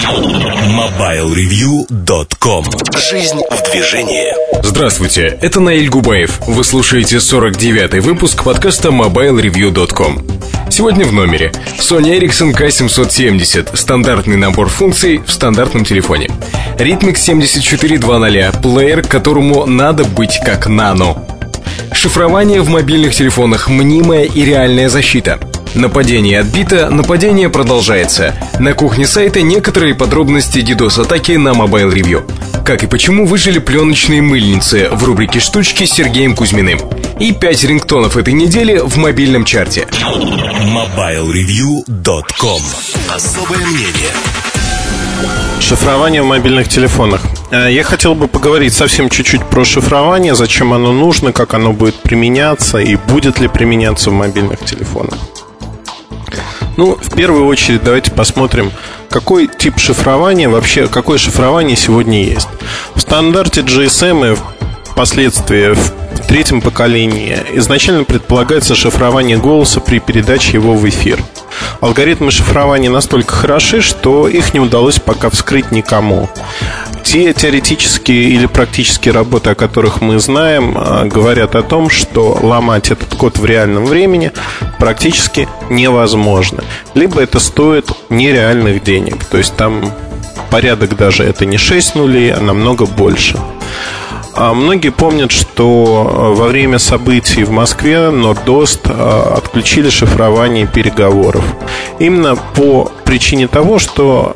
MobileReview.com. Жизнь в движении. Здравствуйте, это Наиль Губаев. Вы слушаете 49-й выпуск подкаста MobileReview.com. Сегодня в номере Sony Ericsson K770. Стандартный набор функций в стандартном телефоне. Rhythmix 7420. Плеер, которому надо быть как нано. Шифрование в мобильных телефонах. Мнимая и реальная защита. Нападение отбито, нападение продолжается. На кухне сайта некоторые подробности DDoS-атаки на Mobile Review. Как и почему выжили пленочные мыльницы в рубрике «Штучки» с Сергеем Кузьминым. И 5 рингтонов этой недели в мобильном чарте. MobileReview.com. Особое мнение. Шифрование в мобильных телефонах. Я хотел бы поговорить совсем чуть-чуть про шифрование, зачем оно нужно, как оно будет применяться и будет ли применяться в мобильных телефонах. В первую очередь давайте посмотрим, какой тип шифрования, вообще какое шифрование сегодня есть. В стандарте GSM и впоследствии в третьем поколении изначально предполагается шифрование голоса при передаче его в эфир. Алгоритмы шифрования настолько хороши, что их не удалось пока вскрыть никому. Те теоретические или практические работы, о которых мы знаем, говорят о том, что ломать этот код в реальном времени практически невозможно. Либо это стоит нереальных денег. То есть там порядок даже это не 6 нулей, а намного больше. Многие помнят, что во время событий в Москве Нордост отключили шифрование переговоров. Именно по причине того, что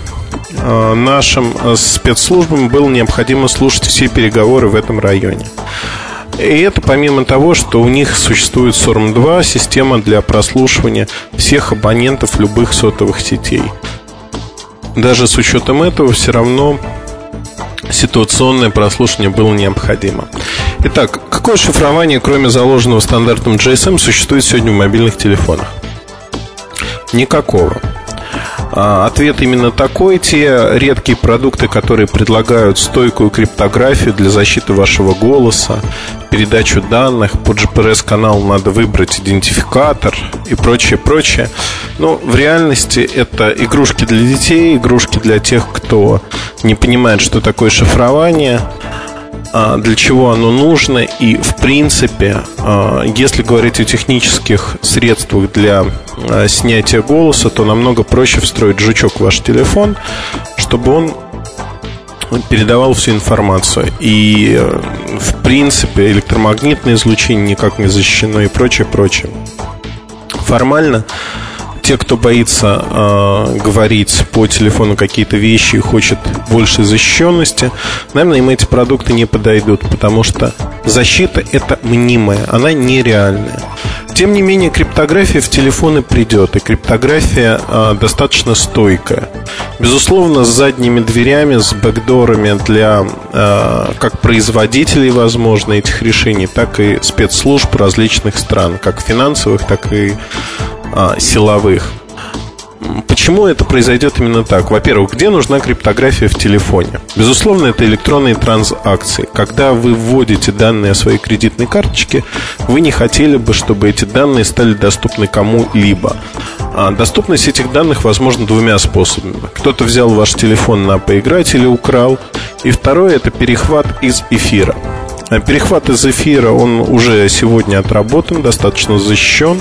нашим спецслужбам было необходимо слушать все переговоры в этом районе. И это помимо того, что у них существует SORM-2, система для прослушивания всех абонентов любых сотовых сетей. Даже с учетом этого все равно ситуационное прослушивание было необходимо. Итак, какое шифрование, кроме заложенного стандартом GSM, существует сегодня в мобильных телефонах? Никакого. Ответ именно такой. Те редкие продукты, которые предлагают стойкую криптографию для защиты вашего голоса, передачу данных, по GPRS-каналу надо выбрать идентификатор и прочее. Но в реальности это игрушки для детей, игрушки для тех, кто не понимает, что такое шифрование, для чего оно нужно. И в принципе, если говорить о технических средствах для снятия голоса, то намного проще встроить жучок в ваш телефон, чтобы он передавал всю информацию. И в принципе электромагнитное излучение никак не защищено и прочее. Формально те, кто боится говорить по телефону какие-то вещи и хочет большей защищенности, наверное, им эти продукты не подойдут, потому что защита — это мнимая, она нереальная. Тем не менее, криптография в телефоны придет, и криптография достаточно стойкая. Безусловно, с задними дверями, с бэкдорами для как производителей, возможно, этих решений, так и спецслужб различных стран, как финансовых, так и силовых. Почему это произойдет именно так? Во-первых, где нужна криптография в телефоне? Безусловно, это электронные транзакции. Когда вы вводите данные о своей кредитной карточке, вы не хотели бы, чтобы эти данные стали доступны кому-либо. Доступность этих данных возможна двумя способами. Кто-то взял ваш телефон на поиграть или украл. И второе — это перехват из эфира. Перехват из эфира, он уже сегодня отработан, достаточно защищен.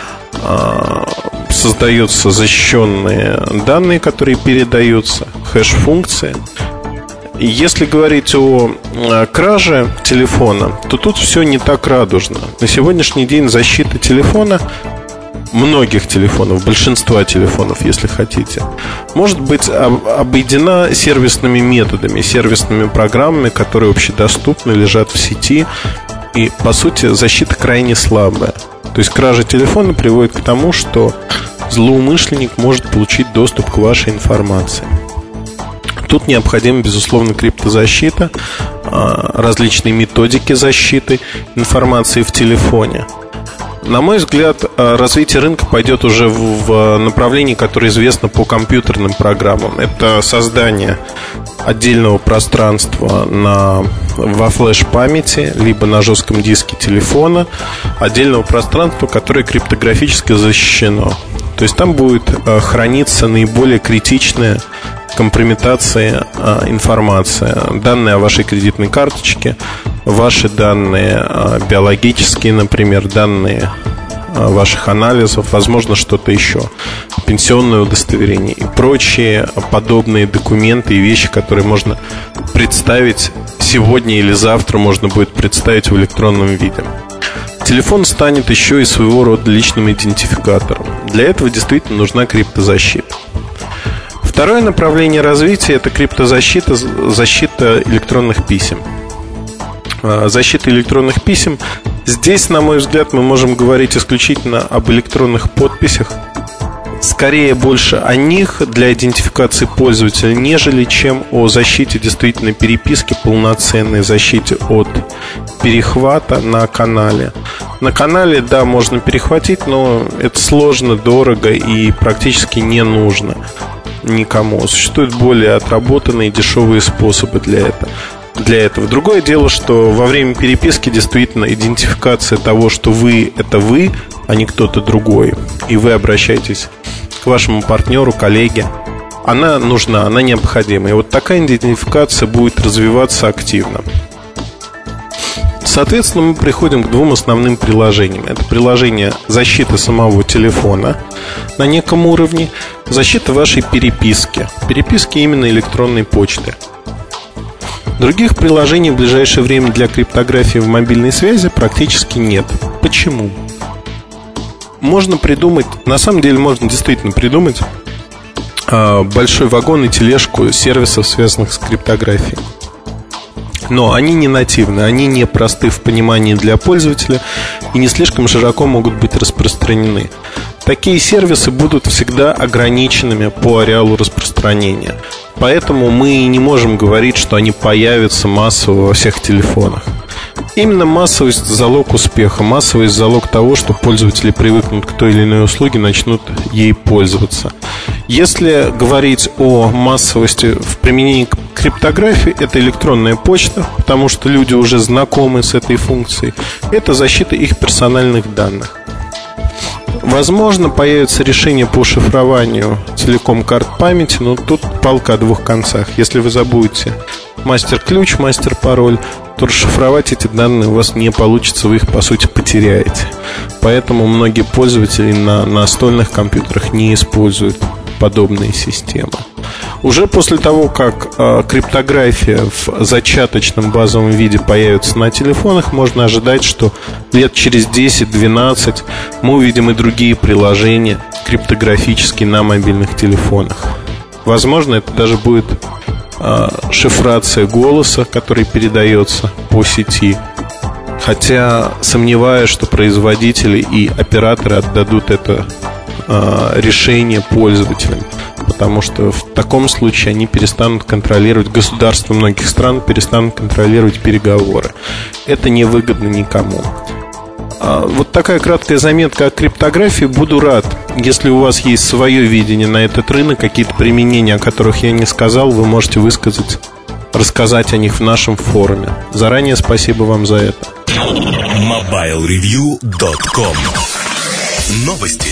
Создаются защищенные данные, которые передаются, хэш-функции. Если говорить о краже телефона, то тут все не так радужно. На сегодняшний день защита телефона, многих телефонов, большинства телефонов, если хотите, может быть обойдена сервисными методами, сервисными программами, которые общедоступны, лежат в сети. И, по сути, защита крайне слабая. То есть кража телефона приводит к тому, что злоумышленник может получить доступ к вашей информации. Тут необходима, безусловно, криптозащита, различные методики защиты информации в телефоне. На мой взгляд, развитие рынка пойдет уже в направлении, которое известно по компьютерным программам. Это создание отдельного пространства во флеш-памяти, либо на жестком диске телефона, отдельного пространства, которое криптографически защищено. То есть там будет храниться наиболее критичная компрометации информации. Данные о вашей кредитной карточке, ваши данные биологические, например, данные ваших анализов, возможно, что-то еще, пенсионное удостоверение и прочие подобные документы и вещи, которые можно представить сегодня или завтра, можно будет представить в электронном виде. Телефон станет еще и своего рода личным идентификатором. Для этого действительно нужна криптозащита. Второе направление развития – это криптозащита, защита электронных писем. Защита электронных писем. Здесь, на мой взгляд, мы можем говорить исключительно об электронных подписях. Скорее больше о них для идентификации пользователя, нежели чем о защите действительно переписки, полноценной защите от перехвата на канале. На канале, да, можно перехватить, но это сложно, дорого и практически не нужно никому. Существуют более отработанные дешевые способы для этого. Другое дело, что во время переписки действительно идентификация того, что вы – это вы, а не кто-то другой, и вы обращаетесь к вашему партнеру, коллеге, она нужна, она необходима. И вот такая идентификация будет развиваться активно. Соответственно, мы приходим к двум основным приложениям. Это приложение защиты самого телефона на неком уровне, защита вашей переписки именно электронной почты. Других приложений в ближайшее время для криптографии в мобильной связи практически нет. Почему? Можно придумать, на самом деле можно действительно придумать большой вагон и тележку сервисов, связанных с криптографией. Но они не нативны, они не просты в понимании для пользователя и не слишком широко могут быть распространены. Такие сервисы будут всегда ограниченными по ареалу распространения. Поэтому мы не можем говорить, что они появятся массово во всех телефонах. Именно массовость – залог успеха. Массовость – залог того, что пользователи привыкнут к той или иной услуге, начнут ей пользоваться. Если говорить о массовости в применении криптографии, это электронная почта, потому что люди уже знакомы с этой функцией. Это защита их персональных данных. Возможно, появится решение по шифрованию целиком карт памяти, но тут палка о двух концах. Если вы забудете мастер-ключ, мастер-пароль, то расшифровать эти данные у вас не получится, вы их, по сути, потеряете. Поэтому многие пользователи на настольных компьютерах не используют подобные системы. Уже после того, как криптография в зачаточном базовом виде появится на телефонах, можно ожидать, что лет через 10-12 мы увидим и другие приложения криптографические на мобильных телефонах. Возможно, это даже будет шифрация голоса, который передается по сети. Хотя сомневаюсь, что производители и операторы отдадут это решение пользователям, потому что в таком случае они перестанут контролировать, государства многих стран перестанут контролировать переговоры. Это невыгодно никому. Вот такая краткая заметка о криптографии. Буду рад, если у вас есть свое видение на этот рынок, какие-то применения, о которых я не сказал, вы можете высказать, рассказать о них в нашем форуме. Заранее спасибо вам за это. MobileReview.com. Новости.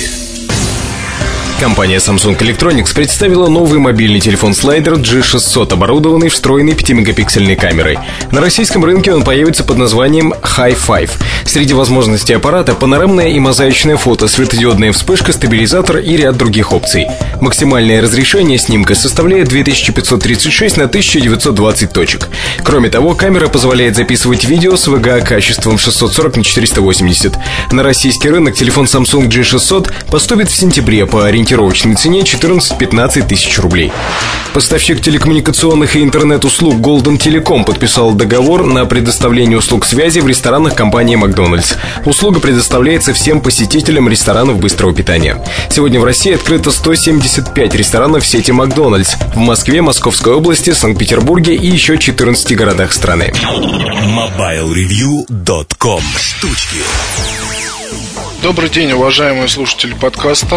Компания Samsung Electronics представила новый мобильный телефон-слайдер G600, оборудованный встроенной 5-мегапиксельной камерой. На российском рынке он появится под названием Hi5. Среди возможностей аппарата панорамное и мозаичное фото, светодиодная вспышка, стабилизатор и ряд других опций. Максимальное разрешение снимка составляет 2536 на 1920 точек. Кроме того, камера позволяет записывать видео с VGA качеством 640 на 480. На российский рынок телефон Samsung G600 поступит в сентябре по ориентировочной цене 14-15 тысяч рублей. Поставщик телекоммуникационных и интернет-услуг Golden Telecom подписал договор на предоставление услуг связи в ресторанах компании Макдональдс. Услуга предоставляется всем посетителям ресторанов быстрого питания. Сегодня в России открыто 175 ресторанов сети Макдональдс. В Москве, Московской области, Санкт-Петербурге и еще 14 городах страны. MobileReview.com. Штучки. Добрый день, уважаемые слушатели подкаста.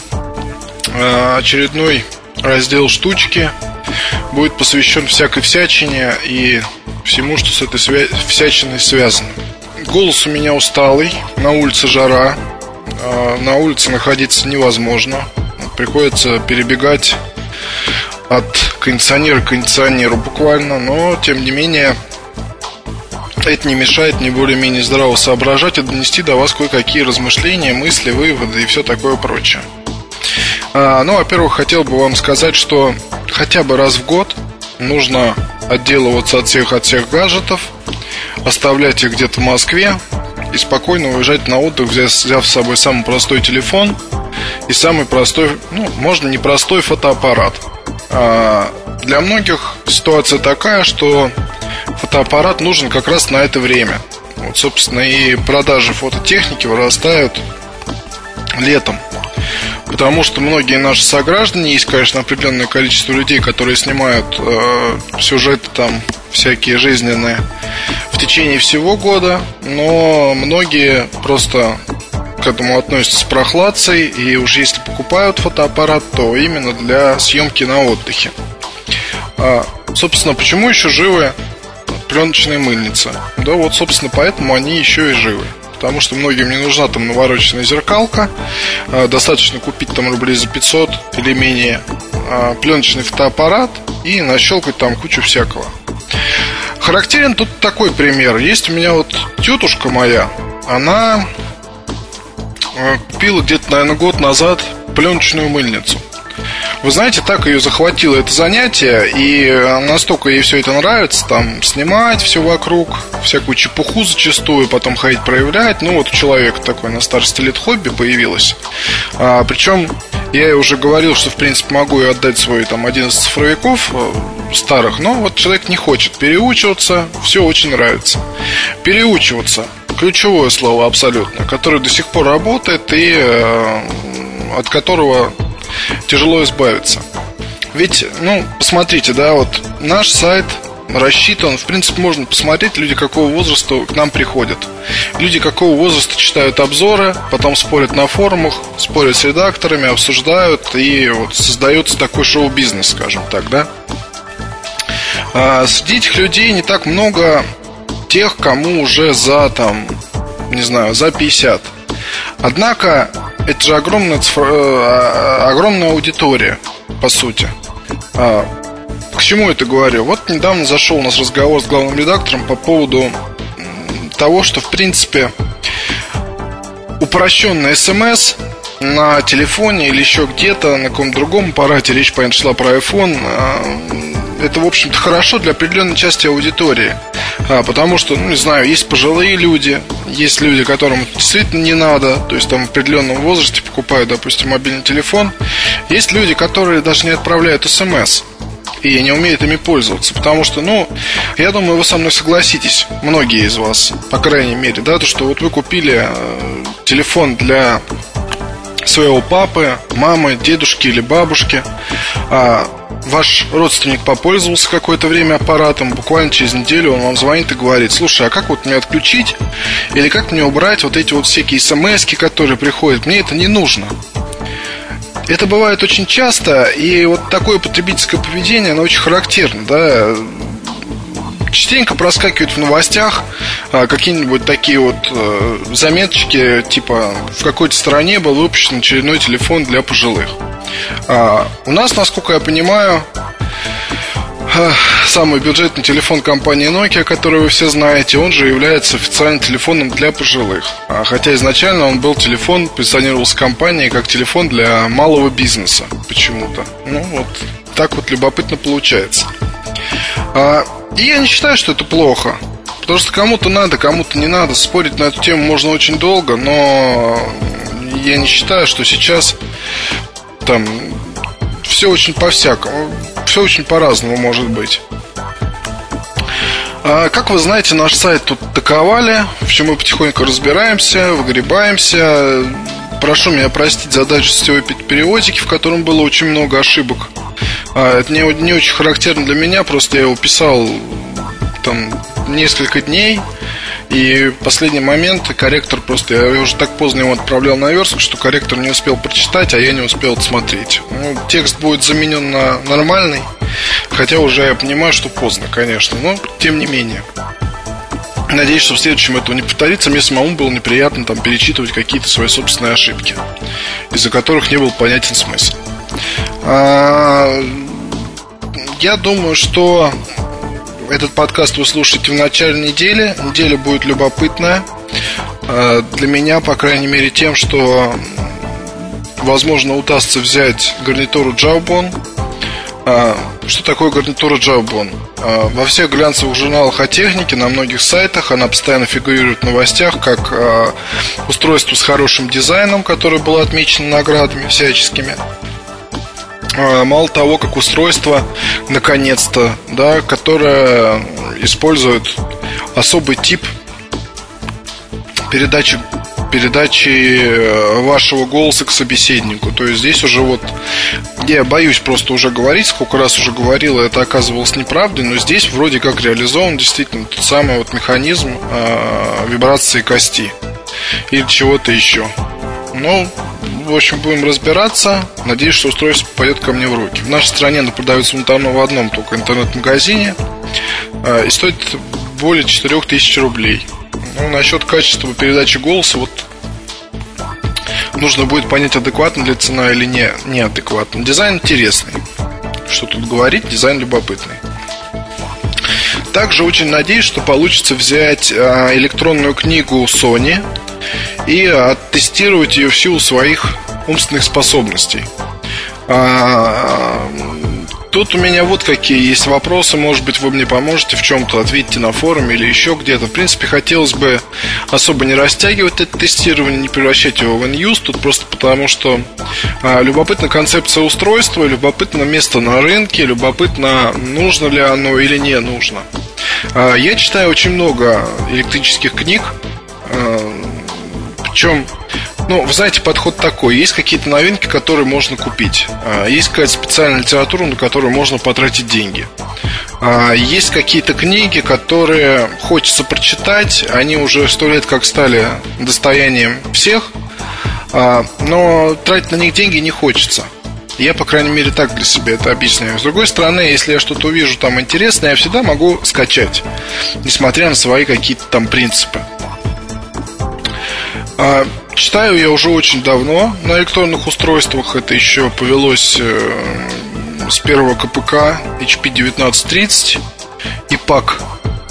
Очередной раздел «Штучки» будет посвящен всякой всячине и всему, что с этой всячиной связано. Голос у меня усталый, на улице жара, на улице находиться невозможно. Приходится перебегать от кондиционер к кондиционеру буквально, но, тем не менее, это не мешает мне более-менее здраво соображать и донести до вас кое-какие размышления, мысли, выводы и все такое прочее. Ну, во-первых, хотел бы вам сказать, что хотя бы раз в год нужно отделываться от всех гаджетов, оставлять их где-то в Москве и спокойно уезжать на отдых, взяв с собой самый простой телефон и самый простой, ну, можно не простой фотоаппарат. Для многих ситуация такая, что фотоаппарат нужен как раз на это время. Вот, собственно, и продажи фототехники вырастают летом. Потому что многие наши сограждане, есть, конечно, определенное количество людей, которые снимают сюжеты там всякие жизненные в течение всего года, но многие просто к этому относятся с прохладцей, и уж если покупают фотоаппарат, то именно для съемки на отдыхе. Собственно, почему еще живы пленочные мыльницы? Да вот, собственно, поэтому они еще и живы. Потому что многим не нужна там навороченная зеркалка. Достаточно купить там рублей за 500 или менее пленочный фотоаппарат и нащелкать там кучу всякого. Характерен тут такой пример. Есть у меня вот тетушка моя. Она купила где-то, наверное, год назад пленочную мыльницу. Вы знаете, так ее захватило это занятие, и настолько ей все это нравится, там, снимать все вокруг, всякую чепуху зачастую, потом ходить проявлять. Ну, вот у человека такое на старости лет хобби появилось. Причем, я ей уже говорил, что, в принципе, могу ей отдать свой, там, один из цифровиков старых, но вот человек не хочет переучиваться, все очень нравится. Переучиваться, ключевое слово абсолютно, которое до сих пор работает и от которого тяжело избавиться. Ведь, ну, посмотрите, да, вот наш сайт рассчитан, в принципе, можно посмотреть, люди какого возраста к нам приходят. Люди какого возраста читают обзоры, потом спорят на форумах, спорят с редакторами, обсуждают, и вот создается такой шоу-бизнес, скажем так, да. Среди этих людей не так много тех, кому уже за, там, не знаю, за 50. Однако это же огромная аудитория, по сути. К чему это говорю? Вот недавно зашел у нас разговор с главным редактором по поводу того, что, в принципе, упрощенный СМС на телефоне или еще где-то, на каком-то другом аппарате, речь, понятно, шла про iPhone, это, в общем-то, хорошо для определенной части аудитории. Потому что, ну, не знаю, есть пожилые люди, есть люди, которым действительно не надо, то есть там в определенном возрасте покупают, допустим, мобильный телефон. Есть люди, которые даже не отправляют СМС и не умеют ими пользоваться. Потому что, ну, я думаю, вы со мной согласитесь, многие из вас, по крайней мере, да, то, что вот вы купили телефон для своего папы, мамы, дедушки или бабушки, ваш родственник попользовался какое-то время аппаратом, буквально через неделю он вам звонит и говорит: слушай, а как вот мне отключить или как мне убрать вот эти вот всякие смс-ки, которые приходят, мне это не нужно. Это бывает очень часто, и вот такое потребительское поведение, оно очень характерно, да. Частенько проскакивают в новостях какие-нибудь такие вот заметочки, типа в какой-то стране был выпущен очередной телефон для пожилых. У нас, насколько я понимаю, самый бюджетный телефон компании Nokia, который вы все знаете, он же является официальным телефоном для пожилых. Хотя изначально он был телефон, позиционировался компанией как телефон для малого бизнеса почему-то. Ну вот, так вот любопытно получается. И я не считаю, что это плохо. Потому что кому-то надо, кому-то не надо. Спорить на эту тему можно очень долго, но я не считаю, что сейчас там все очень по-всякому. Все очень по-разному может быть. Как вы знаете, наш сайт тут таковали, в чем мы потихоньку разбираемся, выгребаемся. Прошу меня простить за дачу сетевой периодики, в котором было очень много ошибок. Это не очень характерно для меня, просто я его писал там несколько дней, и в последний момент корректор просто, я уже так поздно его отправлял на верстку, что корректор не успел прочитать, а я не успел отсмотреть. Ну, текст будет заменен на нормальный, хотя уже я понимаю, что поздно, конечно, но тем не менее. Надеюсь, что в следующем этого не повторится. Мне самому было неприятно там перечитывать какие-то свои собственные ошибки, из-за которых не был понятен смысл. Я думаю, что этот подкаст вы слушаете в начале недели. Неделя будет любопытная. Для меня, по крайней мере, тем, что возможно удастся взять гарнитуру Jawbone. Что такое гарнитура Jawbone? Во всех глянцевых журналах о технике, на многих сайтах она постоянно фигурирует в новостях как устройство с хорошим дизайном, которое было отмечено наградами всяческими. Мало того, как устройство, наконец-то, да, которое использует особый тип передачи вашего голоса к собеседнику. То есть здесь уже вот, я боюсь просто уже говорить, сколько раз уже говорил, это оказывалось неправдой, но здесь вроде как реализован действительно тот самый вот механизм вибрации кости или чего-то еще. Ну, в общем, будем разбираться. Надеюсь, что устройство попадет ко мне в руки. В нашей стране оно продается оно в одном только интернет-магазине и стоит более 4000 рублей. Ну, насчет качества передачи голоса, вот нужно будет понять, адекватна ли цена или неадекватна. Дизайн интересный. Что тут говорить, дизайн любопытный. Также очень надеюсь, что получится взять электронную книгу Sony и оттестировать ее в силу своих умственных способностей. Тут у меня вот какие есть вопросы. Может быть, вы мне поможете в чем-то, ответите на форуме или еще где-то. В принципе, хотелось бы особо не растягивать это тестирование, не превращать его в in-use. Тут просто потому, что любопытна концепция устройства, любопытно место на рынке, любопытно, нужно ли оно или не нужно. Я читаю очень много электрических книг. Причем, ну, вы знаете, подход такой. Есть какие-то новинки, которые можно купить. Есть какая-то специальная литература, на которую можно потратить деньги. Есть какие-то книги, которые хочется прочитать. Они уже 100 лет как стали достоянием всех, но тратить на них деньги не хочется. Я, по крайней мере, так для себя это объясняю. С другой стороны, если я что-то увижу там интересное, я всегда могу скачать, несмотря на свои какие-то там принципы. Читаю я уже очень давно на электронных устройствах. Это еще повелось с первого КПК HP 1930 и ПАК.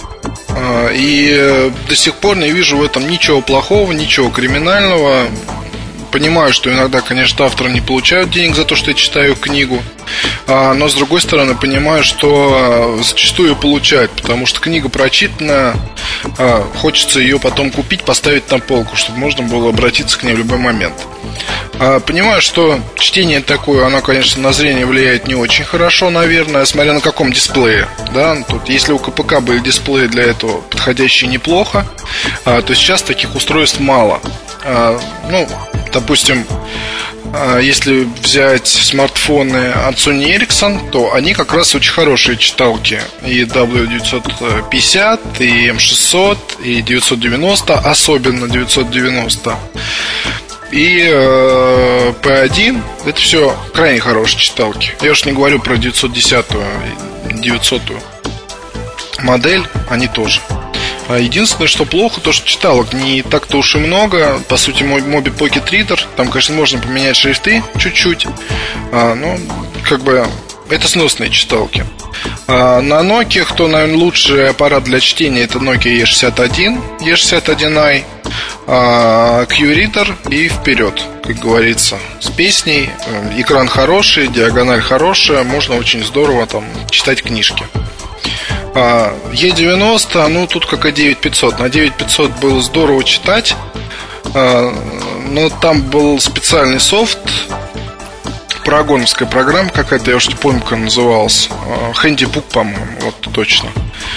И до сих пор не вижу в этом ничего плохого, ничего криминального. Понимаю, что иногда, конечно, авторы не получают денег за то, что я читаю книгу. Но, с другой стороны, понимаю, что зачастую получают, потому что книга прочитана, хочется ее потом купить, поставить на полку, чтобы можно было обратиться к ней в любой момент. Понимаю, что чтение такое, оно, конечно, на зрение влияет не очень хорошо, наверное, смотря на каком дисплее, да? Тут, если у КПК были дисплеи для этого подходящие неплохо, то сейчас таких устройств мало. Ну, допустим, если взять смартфоны от Sony Ericsson, то они как раз очень хорошие читалки. И W950, и M600, и 990, особенно 990. И P1. Это все крайне хорошие читалки. Я уж не говорю про 910-ю, 900-ю модель, они тоже. Единственное, что плохо, то что читалок не так-то уж и много. По сути, Mobi Pocket Reader, там, конечно, можно поменять шрифты чуть-чуть, но как бы это сносные читалки. На Nokia, кто, наверное, лучший аппарат для чтения, это Nokia E61, E61i, Q-Reader и вперед, как говорится, с песней. Экран хороший, диагональ хорошая, можно очень здорово там читать книжки. E90, ну тут как и 9500. На 9500 было здорово читать, но там был специальный софт, парагоновская программа какая-то, я уж не помню, как она называлась. Handybook, по-моему, вот точно.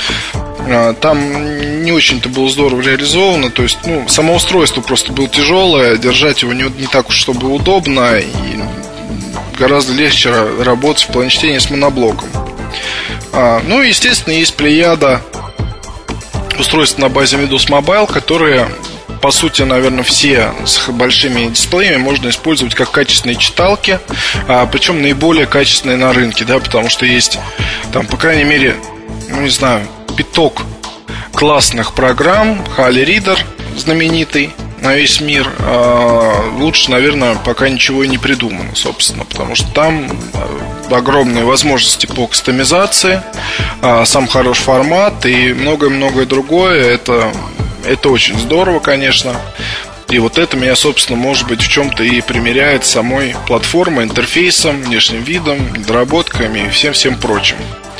Там не очень-то было здорово реализовано. То есть, ну, само устройство просто было тяжелое, держать его не так уж, чтобы удобно, и гораздо легче работать в плане чтения с моноблоком. Ну и, естественно, есть плеяда устройств на базе Windows Mobile, которые, по сути, наверное, все с большими дисплеями можно использовать как качественные читалки, причем наиболее качественные на рынке, да, потому что есть там, по крайней мере, ну не знаю, пяток классных программ. Hali Reader знаменитый на весь мир. Лучше, наверное, пока ничего и не придумано, собственно, потому что там огромные возможности по кастомизации, сам хороший формат и многое-многое другое. Это очень здорово, конечно. И вот это меня, собственно, может быть, в чем-то и примеряет самой платформой, интерфейсом, внешним видом, доработками и всем прочим.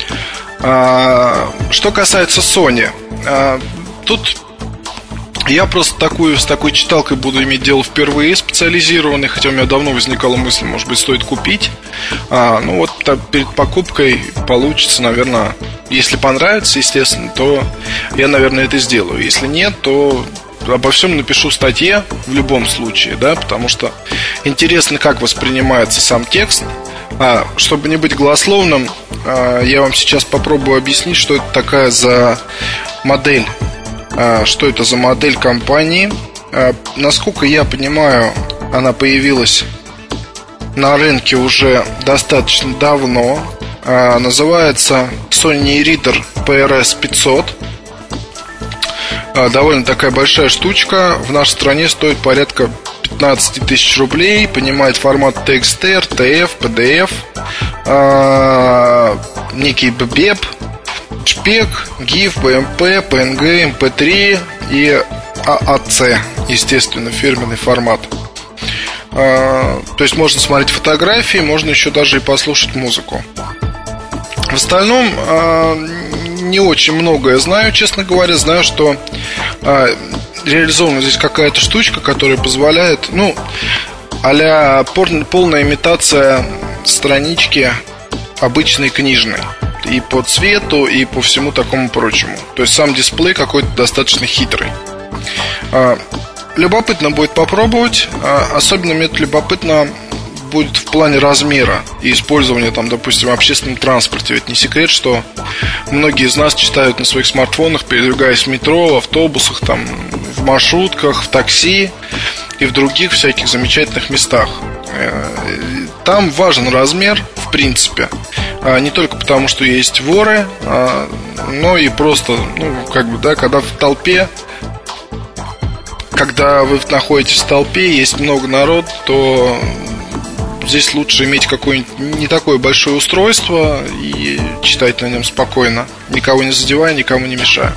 Что касается Sony, тут я просто с такой читалкой буду иметь дело впервые, специализированной, хотя у меня давно возникала мысль, может быть, стоит купить. Ну вот перед покупкой получится, наверное, если понравится, естественно, то я, наверное, это сделаю. Если нет, то обо всем напишу в статье в любом случае, да, потому что интересно, как воспринимается сам текст. Чтобы не быть голословным, я вам сейчас попробую объяснить, что это такая за модель. Что это за модель компании. Насколько я понимаю, она появилась на рынке уже достаточно давно. Называется Sony Reader PRS 500. Довольно такая большая штучка. В нашей стране стоит порядка 15 тысяч рублей. Понимает формат TXT, RTF, PDF, некий BBEP, JPEG, GIF, BMP, PNG, MP3 и AAC, естественно, фирменный формат. То есть можно смотреть фотографии, можно еще даже и послушать музыку. В остальном не очень многое знаю, честно говоря. Знаю, что реализована здесь какая-то штучка, которая позволяет, а-ля полная имитация странички обычной книжной. И по цвету, и по всему такому прочему. То есть сам дисплей какой-то достаточно хитрый. Любопытно будет попробовать. Особенно мне это любопытно будет в плане размера и использования, там, допустим, в общественном транспорте. Ведь не секрет, что многие из нас читают на своих смартфонах, передвигаясь в метро, в автобусах, там, в маршрутках, в такси и в других всяких замечательных местах. Там важен размер, в принципе. Не только потому, что есть воры, но и просто, когда в толпе, когда вы находитесь в толпе, есть много народу, то здесь лучше иметь какое-нибудь не такое большое устройство и читать на нем спокойно, никого не задевая, никому не мешая.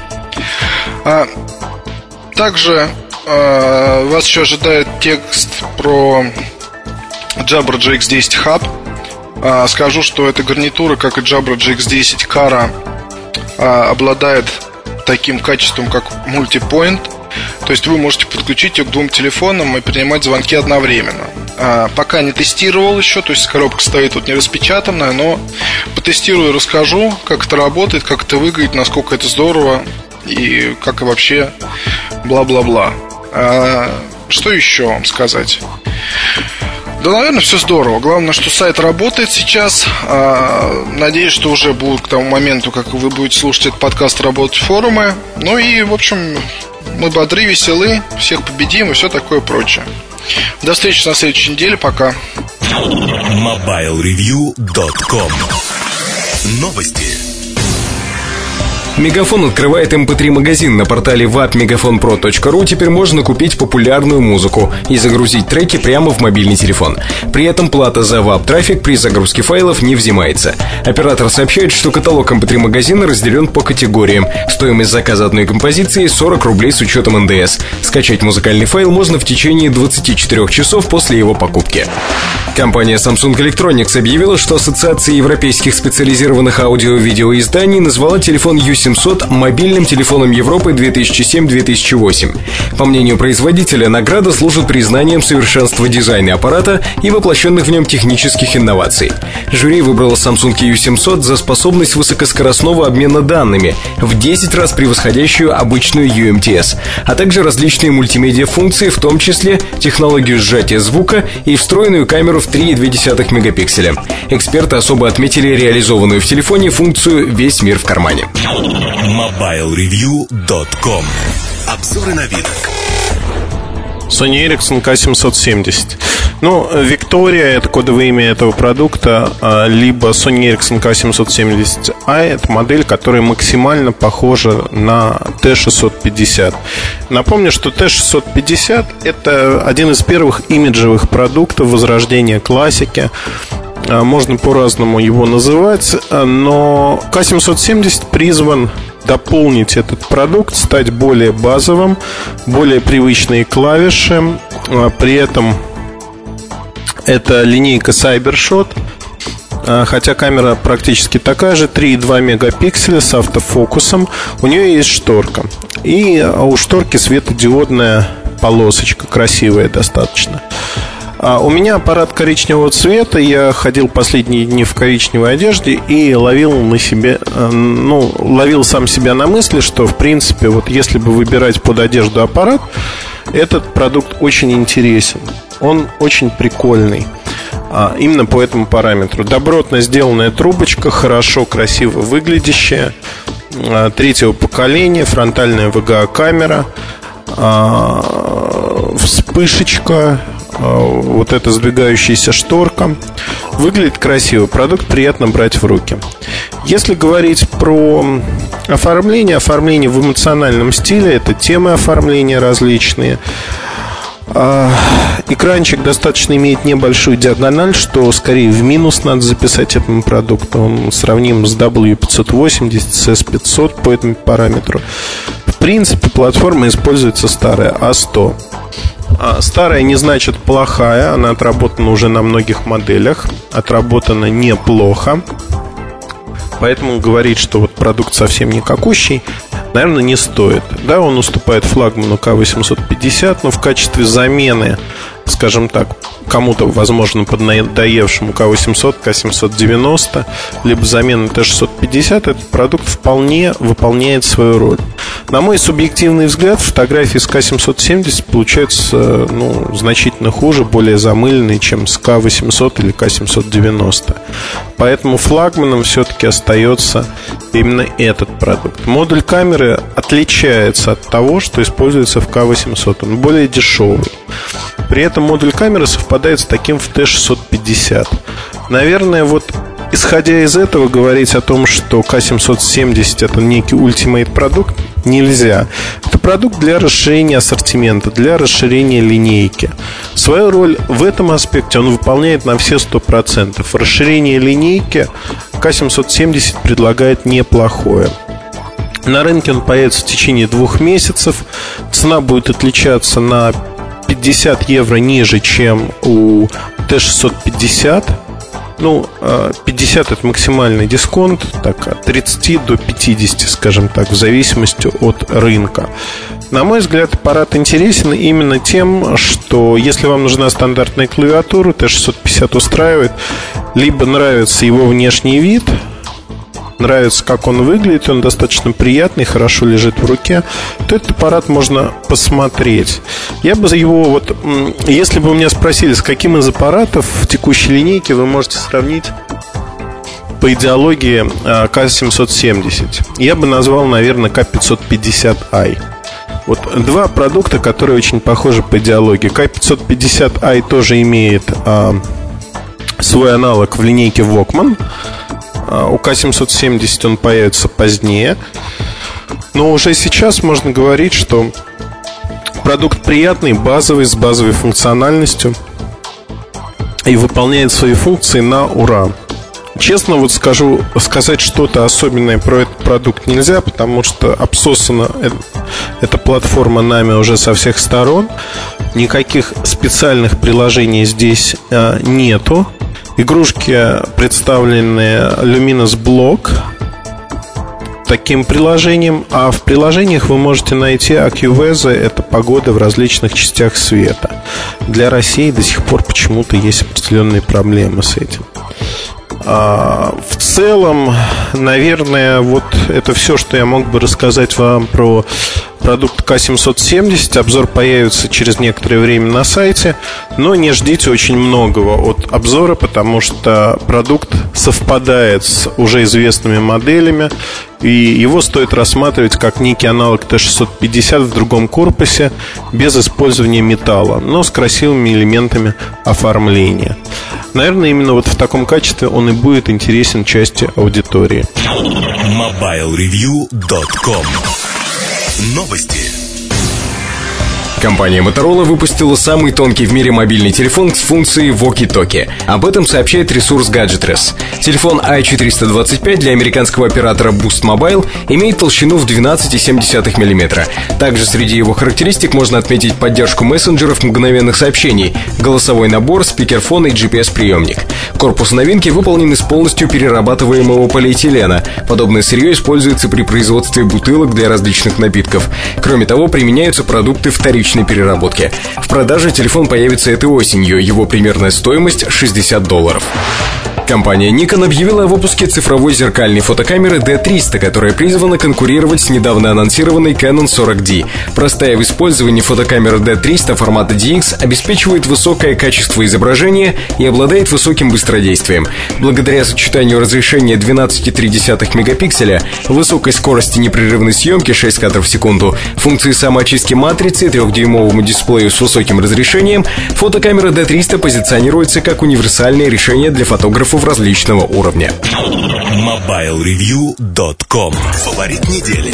Также вас еще ожидает текст про Jabra GX10 Hub. Скажу, что эта гарнитура, как и Jabra GX10 Cara, обладает таким качеством, как multipoint. То есть вы можете подключить ее к двум телефонам и принимать звонки одновременно. Пока не тестировал еще, то есть коробка стоит тут не распечатанная, но потестирую и расскажу, как это работает, как это выглядит, насколько это здорово и как и вообще бла-бла-бла. Что еще вам сказать? Да, наверное, все здорово. Главное, что сайт работает сейчас. Надеюсь, что уже будут к тому моменту, как вы будете слушать этот подкаст, работать форумы. Ну и, в общем, мы бодры, веселы, всех победим и все такое прочее. До встречи на следующей неделе. Пока. MobileReview.com. Новости. Мегафон открывает MP3-магазин. На портале webmegaphonepro.ru теперь можно купить популярную музыку и загрузить треки прямо в мобильный телефон. При этом плата за веб-трафик при загрузке файлов не взимается. Оператор сообщает, что каталог MP3-магазина разделен по категориям. Стоимость заказа одной композиции 40 рублей с учетом НДС. Скачать музыкальный файл можно в течение 24 часов после его покупки. Компания Samsung Electronics объявила, что Ассоциация европейских специализированных аудио-видеоизданий назвала телефон U700 мобильным телефоном Европы 2007-2008. По мнению производителя, награда служит признанием совершенства дизайна аппарата и воплощенных в нем технических инноваций. Жюри выбрало Samsung U700 за способность высокоскоростного обмена данными, в 10 раз превосходящую обычную UMTS, а также различные мультимедиа-функции, в том числе технологию сжатия звука и встроенную камеру в 3,2 мегапикселя. Эксперты особо отметили реализованную в телефоне функцию «Весь мир в кармане». MobileReview.com. Обзоры новинок. Sony Ericsson K770. Victoria — это кодовое имя этого продукта, либо Sony Ericsson K770i — это модель, которая максимально похожа на T650. Напомню, что T650 — это один из первых имиджевых продуктов возрождения классики. можно по-разному его называть, но К770 призван дополнить этот продукт, стать более базовым, более привычные клавиши. При этом это линейка CyberShot, хотя камера практически такая же, 3,2 мегапикселя с автофокусом. У нее есть шторка, и у шторки светодиодная полосочка, красивая достаточно. У меня аппарат коричневого цвета. Я ходил последние дни в коричневой одежде и ловил сам себя на мысли, что, в принципе, вот если бы выбирать под одежду аппарат, этот продукт очень интересен. Он очень прикольный. Именно по этому параметру. Добротно сделанная трубочка, хорошо, красиво выглядящая, 3-го поколения, фронтальная VGA-камера, вспышечка, вот эта сдвигающаяся шторка. Выглядит красиво, продукт приятно брать в руки. Если говорить про оформление в эмоциональном стиле, это темы оформления различные. Экранчик достаточно имеет небольшую диагональ, что скорее в минус надо записать этому продукту. Он сравним с W580, с S500 по этому параметру. В принципе, платформа используется старая A100. Старая не значит плохая, она отработана уже на многих моделях, отработана неплохо. Поэтому говорить, что вот продукт совсем никакущий, наверное, не стоит. Да, он уступает флагману К850, но в качестве замены, скажем так, кому-то, возможно, поднадоевшему К800, К790, либо замены Т650, этот продукт вполне выполняет свою роль. На мой субъективный взгляд, фотографии с К770 получаются значительно хуже, более замыленные, чем с К800 или К790. Поэтому флагманом все-таки остается именно этот продукт. Модуль камеры отличается от того, что используется в К800. Он более дешевый. При этом модуль камеры совпадает с таким в Т650. Наверное, вот исходя из этого, говорить о том, что К770 это некий ультимейт продукт, нельзя. Это продукт для расширения ассортимента, для расширения линейки. Свою роль в этом аспекте он выполняет на все 100%. Расширение линейки К770 предлагает неплохое. На рынке он появится в течение 2 месяцев. Цена будет отличаться на 50 евро ниже, чем у Т650. 50 это максимальный дисконт, так, от 30 до 50, скажем так, в зависимости от рынка. На мой взгляд, аппарат интересен именно тем, что если вам нужна стандартная клавиатура, Т650 устраивает, либо нравится его внешний вид, нравится, как он выглядит, он достаточно приятный, хорошо лежит в руке, то этот аппарат можно посмотреть. Я бы его если бы вы меня спросили, с каким из аппаратов в текущей линейке вы можете сравнить по идеологии К770, я бы назвал, наверное, К550i. Вот 2 продукта, которые очень похожи по идеологии. К550i тоже имеет свой аналог в линейке Walkman. У К770 он появится позднее. Но уже сейчас можно говорить, что продукт приятный, базовый, с базовой функциональностью и выполняет свои функции на ура. Честно вот скажу, сказать что-то особенное про этот продукт нельзя, потому что обсосана эта платформа нами уже со всех сторон. Никаких специальных приложений здесь нету. Игрушки представлены Luminous Block таким приложением, а в приложениях вы можете найти AccuWeather, это погода в различных частях света. Для России до сих пор почему-то есть определенные проблемы с этим. В целом, наверное, вот это все, что я мог бы рассказать вам про продукт К770. Обзор появится через некоторое время на сайте, но не ждите очень многого от обзора, потому что продукт совпадает с уже известными моделями, и его стоит рассматривать как некий аналог Т650 в другом корпусе, без использования металла, но с красивыми элементами оформления. Наверное, именно вот в таком качестве он и будет интересен части аудитории. MobileReview.com. Новости. Компания Motorola выпустила самый тонкий в мире мобильный телефон с функцией walkie-talkie. Об этом сообщает ресурс Gadgetress. Телефон i425 для американского оператора Boost Mobile имеет толщину в 12,7 мм. Также среди его характеристик можно отметить поддержку мессенджеров мгновенных сообщений, голосовой набор, спикерфон и GPS-приемник. Корпус новинки выполнен из полностью перерабатываемого полиэтилена. Подобное сырье используется при производстве бутылок для различных напитков. Кроме того, применяются продукты вторичной переработки. В продаже телефон появится этой осенью. Его примерная стоимость $60. Компания Nikon объявила о выпуске цифровой зеркальной фотокамеры D300, которая призвана конкурировать с недавно анонсированной Canon 40D. Простая в использовании фотокамера D300 формата DX обеспечивает высокое качество изображения и обладает высоким быстродействием. Благодаря сочетанию разрешения 12,3 мегапикселя, высокой скорости непрерывной съемки 6 кадров в секунду, функции самоочистки матрицы и 3-дюймовому дисплею с высоким разрешением, фотокамера D300 позиционируется как универсальное решение для фотографов различного уровня. MobileReview.com. Фаворит недели.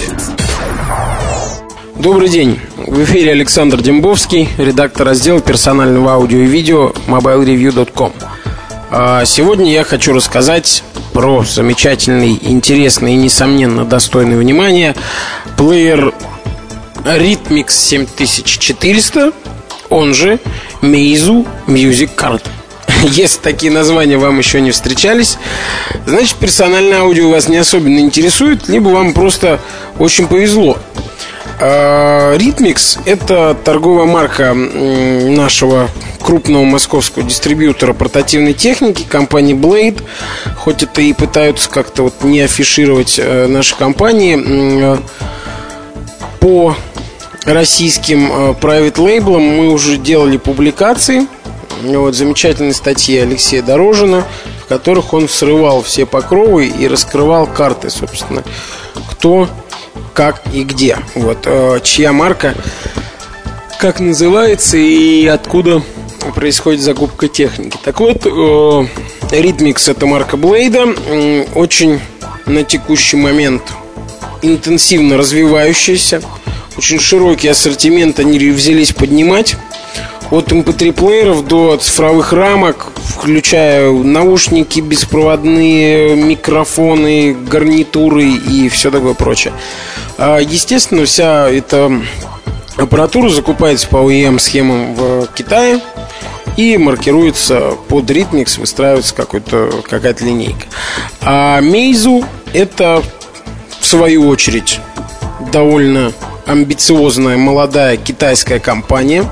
Добрый день. В эфире Александр Дембовский, редактор раздела персонального аудио и видео MobileReview.com. Сегодня я хочу рассказать про замечательный, интересный и, несомненно, достойный внимания плеер Rhythmix 7400, он же Meizu Music Card. Если такие названия вам еще не встречались, значит, персональное аудио вас не особенно интересует, либо вам просто очень повезло. Rhythmix — это торговая марка нашего крупного московского дистрибьютора портативной техники, компании Blade. Хоть это и пытаются как-то вот не афишировать наши компании, по российским private лейблам мы уже делали публикации. Вот замечательные статьи Алексея Дорожина, в которых он срывал все покровы и раскрывал карты, собственно, кто, как и где. Вот, чья марка, как называется и откуда происходит закупка техники. Так вот, Rhythmix — это марка Blade, очень на текущий момент интенсивно развивающаяся, очень широкий ассортимент они взялись поднимать. От MP3-плееров до цифровых рамок, включая наушники беспроводные, микрофоны, гарнитуры и все такое прочее. Естественно, вся эта аппаратура закупается по OEM-схемам в Китае и маркируется под Rhythmix, выстраивается какая-то линейка. А Meizu — это, в свою очередь, довольно амбициозная молодая китайская компания.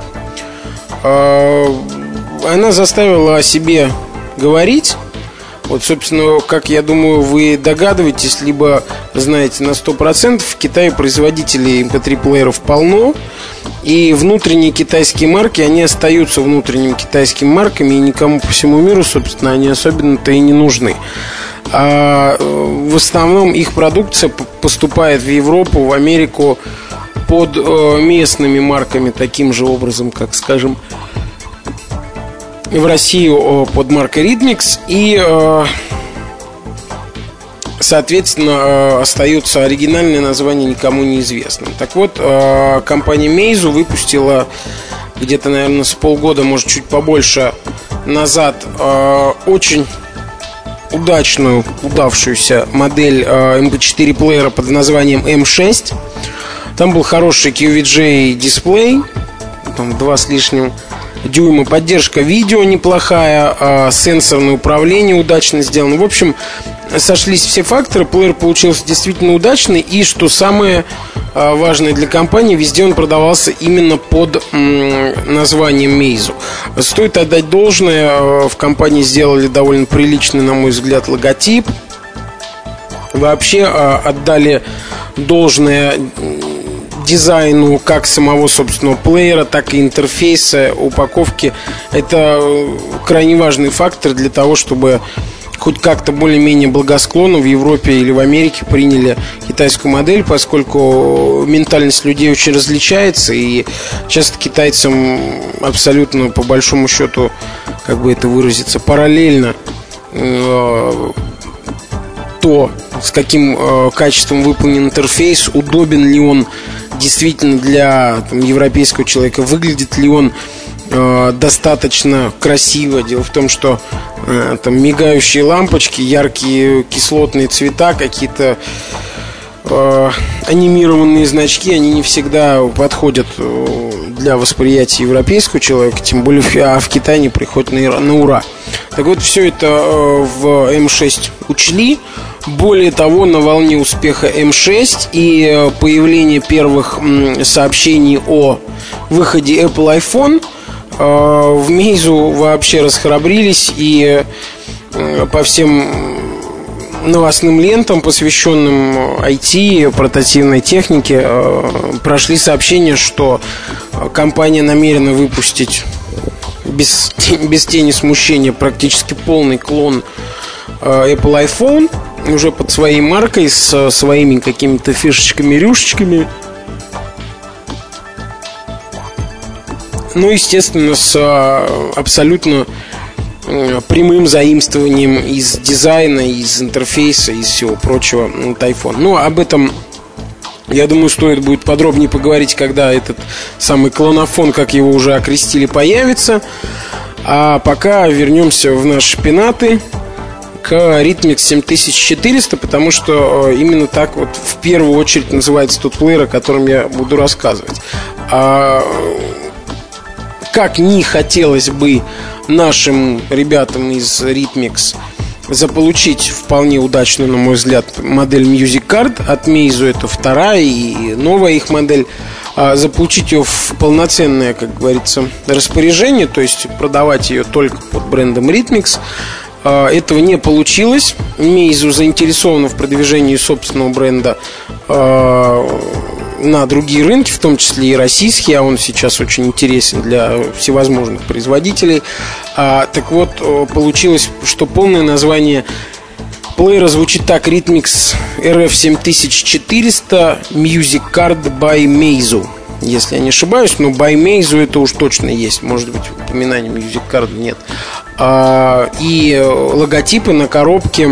Она заставила о себе говорить. Вот, собственно, как я думаю, вы догадываетесь, либо знаете на 100%, в Китае производителей MP3-плееров полно. И внутренние китайские марки, они остаются внутренними китайскими марками, и никому по всему миру, собственно, они особенно-то и не нужны. А в основном их продукция поступает в Европу, в Америку под местными марками, таким же образом, как, скажем, в Россию под маркой Rhythmix. И, соответственно, остается оригинальное название никому неизвестным. Так вот, компания Meizu выпустила где-то, наверное, с полгода, может, чуть побольше назад очень удавшуюся модель MP4 плеера под названием M6. Там был хороший QVGA дисплей, там 2 с лишним дюйма, поддержка видео неплохая, сенсорное управление удачно сделано. В общем, сошлись все факторы, плеер получился действительно удачный. И, что самое важное для компании, везде он продавался именно под названием Meizu. Стоит отдать должное, в компании сделали довольно приличный, на мой взгляд, логотип. Вообще отдали должное дизайну как самого собственного плеера, так и интерфейса, упаковки. Это крайне важный фактор для того, чтобы хоть как-то более-менее благосклонно в Европе или в Америке приняли китайскую модель, поскольку ментальность людей очень различается, и часто китайцам абсолютно, по большому счету, как бы это выразиться, параллельно то, с каким качеством выполнен интерфейс, удобен ли он действительно для европейского человека, выглядит ли он достаточно красиво. Дело в том, что там мигающие лампочки, яркие кислотные цвета, какие-то анимированные значки, они не всегда подходят для восприятия европейского человека, тем более в Китае они приходят на ура. Так вот, все это в M6 учли. Более того, на волне успеха M6 и появления первых сообщений о выходе Apple iPhone, в Meizu вообще расхрабрились и по всем новостным лентам, посвященным IT, портативной технике, прошли сообщения, что компания намерена выпустить без тени смущения практически полный клон Apple iPhone уже под своей маркой, с своими какими-то фишечками, рюшечками. Ну, естественно, с абсолютно прямым заимствованием из дизайна, из интерфейса, из всего прочего от iPhone. Но об этом, я думаю, стоит будет подробнее поговорить, когда этот самый клонофон, как его уже окрестили, появится. А пока вернемся в наши пенаты к Rhythmix 7400, потому что именно так вот в первую очередь называется тот плеер, о котором я буду рассказывать. Как не хотелось бы нашим ребятам из Rhythmix заполучить вполне удачную, на мой взгляд, модель Music Card от Meizu, это вторая и новая их модель, заполучить ее в полноценное, как говорится, распоряжение, то есть продавать ее только под брендом Rhythmix, этого не получилось. Meizu заинтересована в продвижении собственного бренда на другие рынки, в том числе и российский, а он сейчас очень интересен для всевозможных производителей. Так вот, получилось, что полное название плеера звучит так: Rhythmix RF 7400 Music Card by Meizu, если я не ошибаюсь, но by Meizu это уж точно есть. Может быть, упоминания Music Card нет. И логотипы на коробке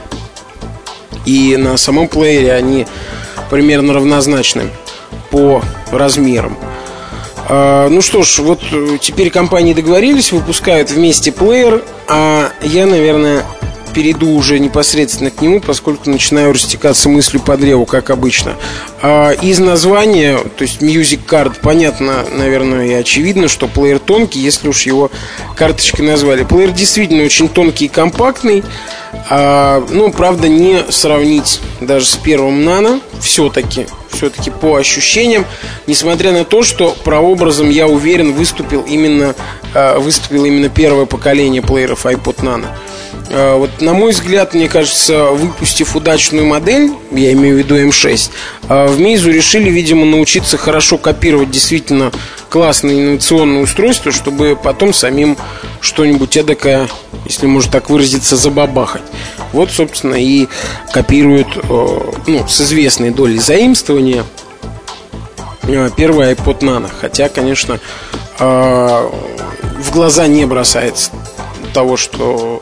и на самом плеере, они примерно равнозначны по размерам. Ну что ж, вот теперь компании договорились, выпускают вместе плеер, а я, наверное, перейду уже непосредственно к нему, поскольку начинаю растекаться мыслью по древу, как обычно. Из названия, то есть Music Card, понятно, наверное, и очевидно, что плеер тонкий, если уж его карточкой назвали. Плеер действительно очень тонкий и компактный, но, правда, не сравнить даже с первым Nano, все-таки по ощущениям, несмотря на то, что прообразом, я уверен, выступило именно первое поколение плееров iPod Nano. Вот, на мой взгляд, мне кажется, выпустив удачную модель, я имею в виду M6, в Meizu решили, видимо, научиться хорошо копировать действительно классные инновационные устройства, чтобы потом самим что-нибудь эдакое, если можно так выразиться, забабахать. Вот, собственно, и копируют, с известной долей заимствования первый iPod Nano. Хотя, конечно, в глаза не бросается того, что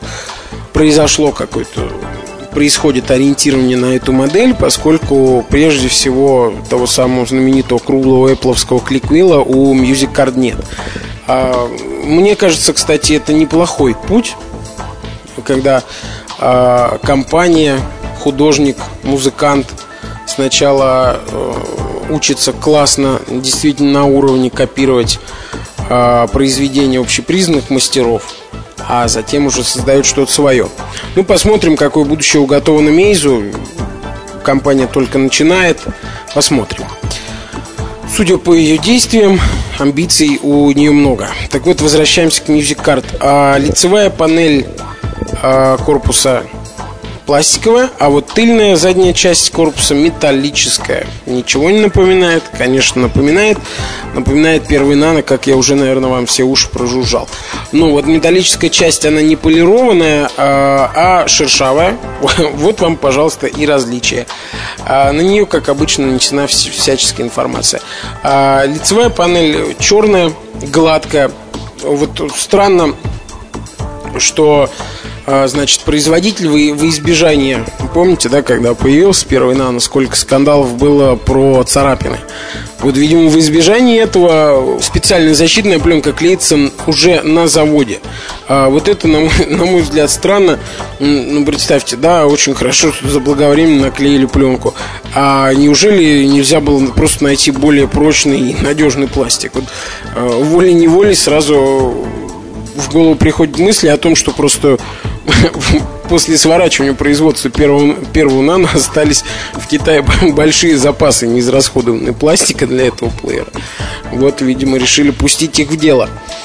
происходит ориентирование на эту модель, поскольку прежде всего того самого знаменитого круглого эппловского кликвилла у Music Card нет. Мне кажется, кстати, это неплохой путь, когда компания, художник, музыкант сначала учится классно, действительно на уровне копировать произведения общепризнанных мастеров, а затем уже создают что-то свое. Ну, посмотрим, какое будущее уготовано Meizu. Компания только начинает. Посмотрим. Судя по ее действиям, амбиций у нее много. Так вот, возвращаемся к Music Card. Лицевая панель корпуса пластиковая, а вот тыльная задняя часть корпуса металлическая. Ничего не напоминает? Конечно, напоминает. Напоминает первый Nano, как я уже, наверное, вам все уши прожужжал. Но вот металлическая часть, она не полированная, а шершавая. Вот вам, пожалуйста, и различие. На нее, как обычно, нанесена всяческая информация. Лицевая панель черная, гладкая. Вот странно, что Значит, производитель во избежание, помните, да, когда появился первый нано, сколько скандалов было про царапины. Вот, видимо, в избежание этого специальная защитная пленка клеится уже на заводе. Вот это, на мой взгляд, странно. Ну, представьте, да, очень хорошо, что заблаговременно наклеили пленку. А неужели нельзя было просто найти более прочный и надежный пластик? Вот, волей-неволей сразу в голову приходит мысль о том, что просто после сворачивания производства первого нано остались в Китае большие запасы неизрасходованного пластика для этого плеера. Вот, видимо, решили пустить их в дело.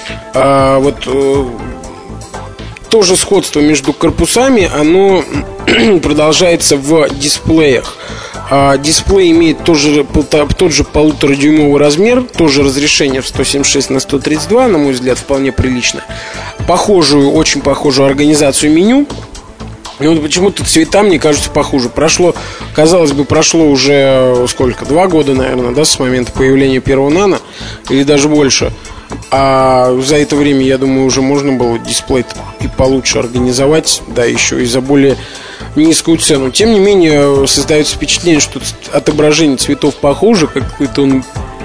Тоже сходство между корпусами, оно продолжается в дисплеях. Дисплей имеет тот же 1,5-дюймовый размер, тоже разрешение в 176 на 132, на мой взгляд, вполне прилично. Очень похожую организацию меню. И вот почему-то цвета, мне кажется, похуже. Казалось бы, прошло уже сколько? 2 года, наверное, да, с момента появления первого нано, или даже больше. А за это время, я думаю, уже можно было дисплей и получше организовать, да, еще и за более низкую цену. Тем не менее, создается впечатление, что отображение цветов похоже, какой-то он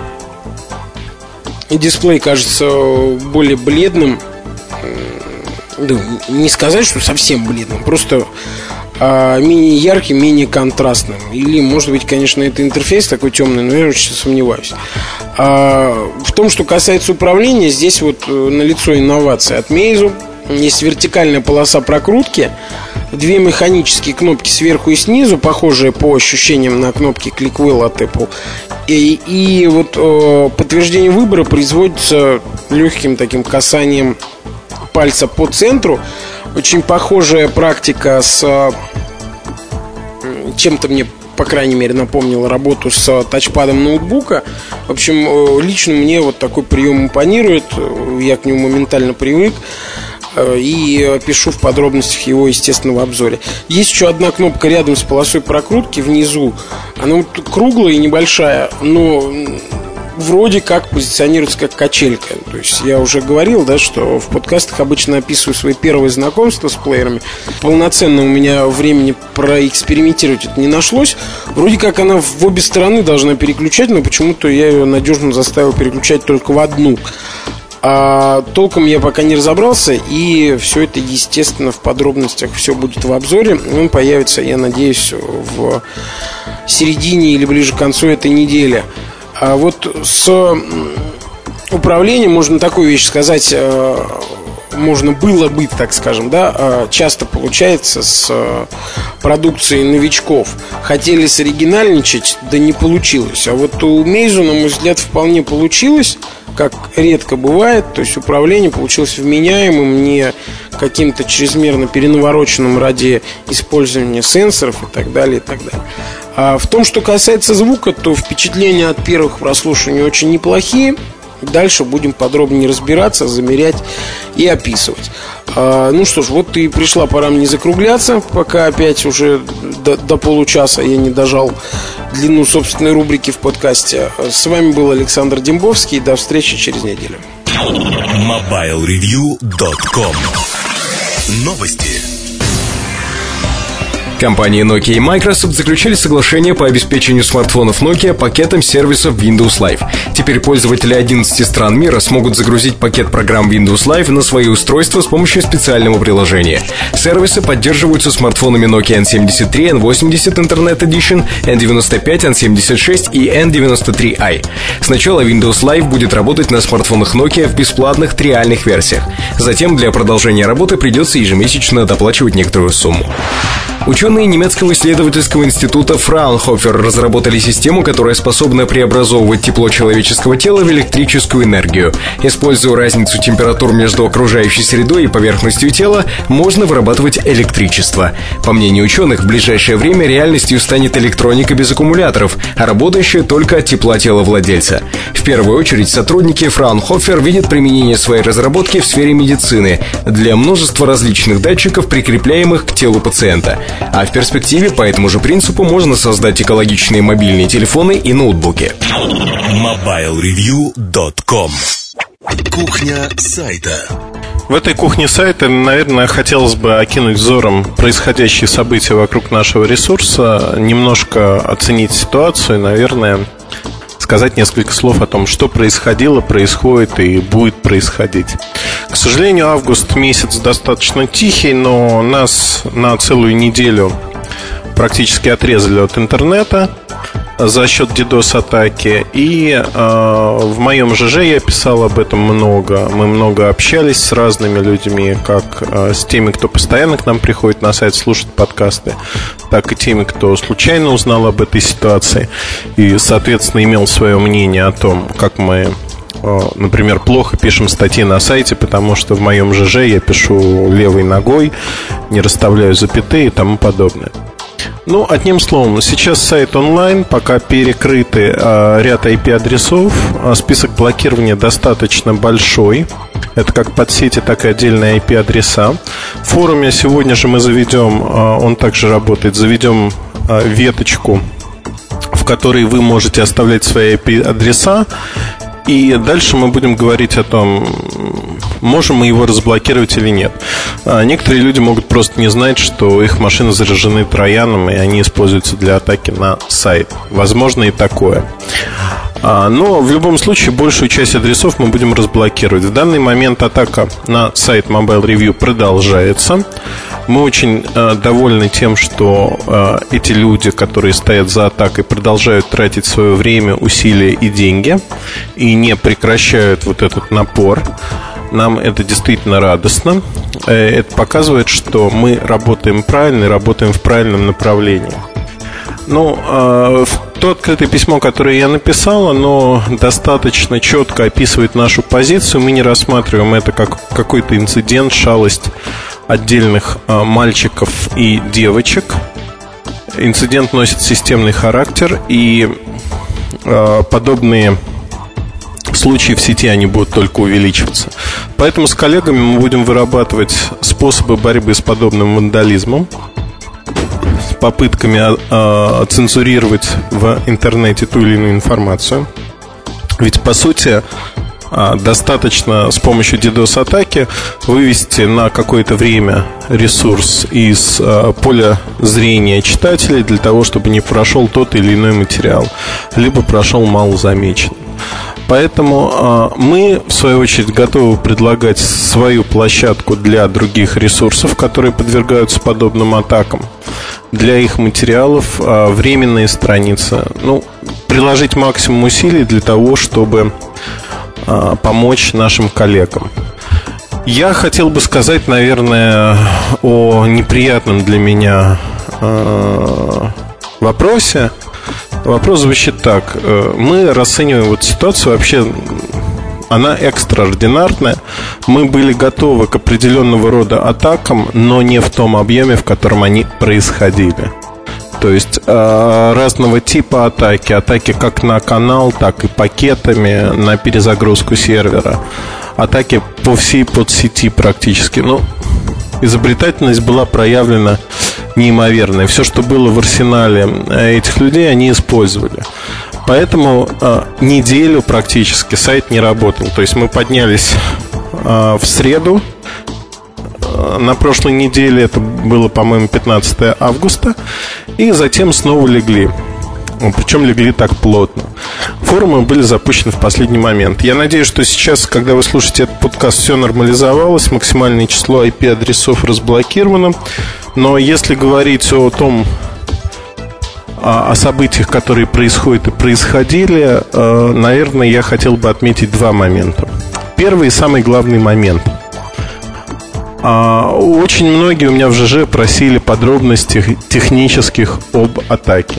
дисплей кажется более бледным. Да, не сказать, что совсем бледным, просто менее ярким, менее контрастным. Или, может быть, конечно, это интерфейс такой темный, но я очень сомневаюсь. В том, что касается управления, здесь вот налицо инновация от Meizu. Есть вертикальная полоса прокрутки, 2 механические кнопки сверху и снизу, похожие по ощущениям на кнопки Click Wheel от Apple. И вот подтверждение выбора производится легким таким касанием пальца по центру. Очень похожая практика с чем-то мне, по крайней мере, напомнила работу с тачпадом ноутбука. В общем, лично мне вот такой прием импонирует. Я к нему моментально привык и опишу в подробностях его, естественно, в обзоре. Есть еще одна кнопка рядом с полосой прокрутки внизу. Она вот круглая и небольшая, но вроде как позиционируется как качелька. То есть я уже говорил, да, что в подкастах обычно описываю свои первые знакомства с плеерами. Полноценно у меня времени проэкспериментировать это не нашлось. Вроде как она в обе стороны должна переключать, но почему-то я ее надежно заставил переключать только в одну. А толком я пока не разобрался. И все это, естественно, в подробностях все будет в обзоре. Он появится, я надеюсь, в середине или ближе к концу этой недели. А вот с управлением можно такую вещь сказать, можно было быть, так скажем, да, часто получается с продукцией новичков. Хотели соригинальничать, да не получилось. А вот у Meizu, на мой взгляд, вполне получилось, как редко бывает. То есть управление получилось вменяемым, не каким-то чрезмерно перенавороченным ради использования сенсоров и так далее, и так далее. А в том, что касается звука, то впечатления от первых прослушиваний очень неплохие. Дальше будем подробнее разбираться, замерять и описывать. Ну что ж, вот и пришла пора мне закругляться, пока опять уже до получаса я не дожал длину собственной рубрики в подкасте. С вами был Александр Дембовский. До встречи через неделю. MobileReview.com. Новости. Компании Nokia и Microsoft заключили соглашение по обеспечению смартфонов Nokia пакетом сервисов Windows Live. Теперь пользователи 11 стран мира смогут загрузить пакет программ Windows Live на свои устройства с помощью специального приложения. Сервисы поддерживаются смартфонами Nokia N73, N80 Internet Edition, N95, N76 и N93i. Сначала Windows Live будет работать на смартфонах Nokia в бесплатных триальных версиях. Затем для продолжения работы придется ежемесячно доплачивать некоторую сумму. Ученые немецкого исследовательского института Fraunhofer разработали систему, которая способна преобразовывать тепло человеческого тела в электрическую энергию. Используя разницу температур между окружающей средой и поверхностью тела, можно вырабатывать электричество. По мнению ученых, в ближайшее время реальностью станет электроника без аккумуляторов, работающая только от тепла тела владельца. В первую очередь сотрудники Fraunhofer видят применение своей разработки в сфере медицины для множества различных датчиков, прикрепляемых к телу пациента. А в перспективе по этому же принципу можно создать экологичные мобильные телефоны и ноутбуки. MobileReview.com. Кухня сайта. В этой кухне сайта, наверное, хотелось бы окинуть взором происходящие события вокруг нашего ресурса, немножко оценить ситуацию и, наверное, сказать несколько слов о том, что происходило, происходит и будет происходить. К сожалению, август месяц достаточно тихий, но нас на целую неделю практически отрезали от интернета за счет DDoS-атаки. И в моем ЖЖ я писал об этом много. Мы много общались с разными людьми, как с теми, кто постоянно к нам приходит на сайт слушать подкасты, так и теми, кто случайно узнал об этой ситуации и, соответственно, имел свое мнение о том, как мы, например, плохо пишем статьи на сайте, потому что в моем ЖЖ я пишу левой ногой, не расставляю запятые и тому подобное. Ну, одним словом, сейчас сайт онлайн, пока перекрыты ряд IP-адресов, список блокирования достаточно большой. Это как подсети, так и отдельные IP-адреса. В форуме сегодня же мы заведем, он также работает, заведем веточку, в которой вы можете оставлять свои IP-адреса. И дальше мы будем говорить о том, можем мы его разблокировать или нет. Некоторые люди могут просто не знать, что их машины заражены трояном, и они используются для атаки на сайт. Возможно и такое. Но в любом случае большую часть адресов мы будем разблокировать. В данный момент атака на сайт Mobile Review продолжается. Мы очень довольны тем, что эти люди, которые стоят за атакой, продолжают тратить свое время, усилия и деньги и не прекращают вот этот напор. Нам это действительно радостно. Это показывает, что мы работаем правильно и работаем в правильном направлении. Ну, то открытое письмо, которое я написал, оно достаточно четко описывает нашу позицию. Мы не рассматриваем это как какой-то инцидент, шалость отдельных мальчиков и девочек. Инцидент носит системный характер, и подобные случаи в сети, они будут только увеличиваться. Поэтому с коллегами мы будем вырабатывать способы борьбы с подобным вандализмом, с попытками цензурировать в интернете ту или иную информацию. Ведь, по сути, достаточно с помощью DDoS-атаки вывести на какое-то время ресурс из поля зрения читателей для того, чтобы не прошел тот или иной материал, либо прошел малозамеченным. Поэтому мы, в свою очередь, готовы предлагать свою площадку для других ресурсов, которые подвергаются подобным атакам. Для их материалов временные страницы. Ну, приложить максимум усилий для того, чтобы помочь нашим коллегам. Я хотел бы сказать, наверное, о неприятном для меня вопросе. Вопрос звучит так. Мы расцениваем вот ситуацию вообще, она экстраординарная. Мы были готовы к определенного рода атакам, но не в том объеме, в котором они происходили. То есть разного типа атаки. Атаки как на канал, так и пакетами на перезагрузку сервера. Атаки по всей подсети практически. Ну, изобретательность была проявлена неимоверная. Все, что было в арсенале этих людей, они использовали. Поэтому неделю практически сайт не работал. То есть мы поднялись в среду на прошлой неделе, это было, по-моему, 15 августа, и затем снова легли. Причем легли так плотно. Форумы были запущены в последний момент. Я надеюсь, что сейчас, когда вы слушаете этот подкаст, все нормализовалось, максимальное число IP-адресов разблокировано. Но если говорить о том, о событиях, которые происходят и происходили, наверное, я хотел бы отметить два момента. Первый и самый главный момент. Очень многие у меня в ЖЖ просили подробностей технических об атаке.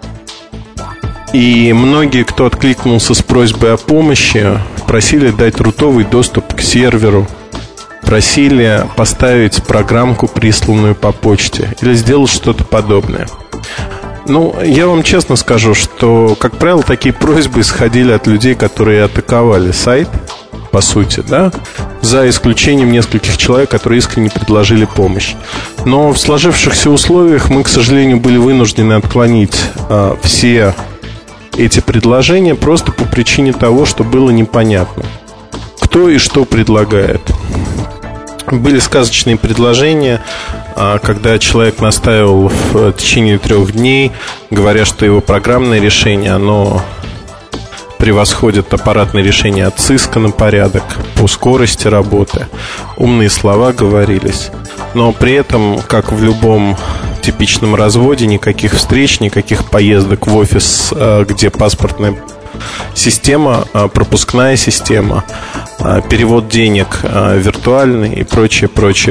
И многие, кто откликнулся с просьбой о помощи, просили дать рутовый доступ к серверу, просили поставить программку, присланную по почте, или сделать что-то подобное. Ну, я вам честно скажу, что, как правило, такие просьбы исходили от людей, которые атаковали сайт, по сути, да, за исключением нескольких человек, которые искренне предложили помощь. Но в сложившихся условиях мы, к сожалению, были вынуждены отклонить все эти предложения просто по причине того, что было непонятно, кто и что предлагает. Были сказочные предложения, когда человек настаивал в течение 3 дней, говоря, что его программное решение, оно превосходит аппаратное решение от Cisco на порядок по скорости работы. Умные слова говорились. Но при этом, как в любом типичном разводе, никаких встреч, никаких поездок в офис, где паспортная система, пропускная система, перевод денег виртуальный и прочее.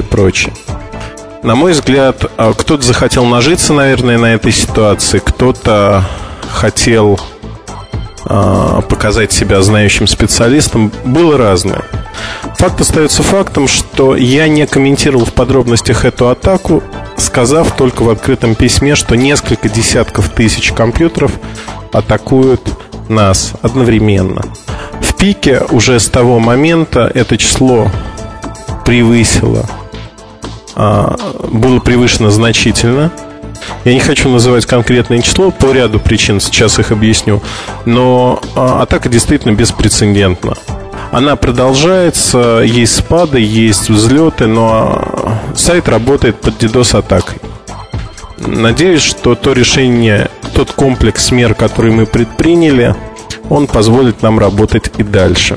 На мой взгляд, кто-то захотел нажиться, наверное, на этой ситуации, кто-то хотел показать себя знающим специалистом. Было разное. Факт остается фактом, что я не комментировал в подробностях эту атаку, сказав только в открытом письме, что несколько десятков тысяч компьютеров атакуют нас одновременно. В пике уже с того момента это число было превышено значительно. Я не хочу называть конкретное число по ряду причин, сейчас их объясню. Но атака действительно беспрецедентна. Она продолжается, есть спады, есть взлеты, но сайт работает под DDoS-атакой. Надеюсь, что тот комплекс мер, который мы предприняли, он позволит нам работать и дальше.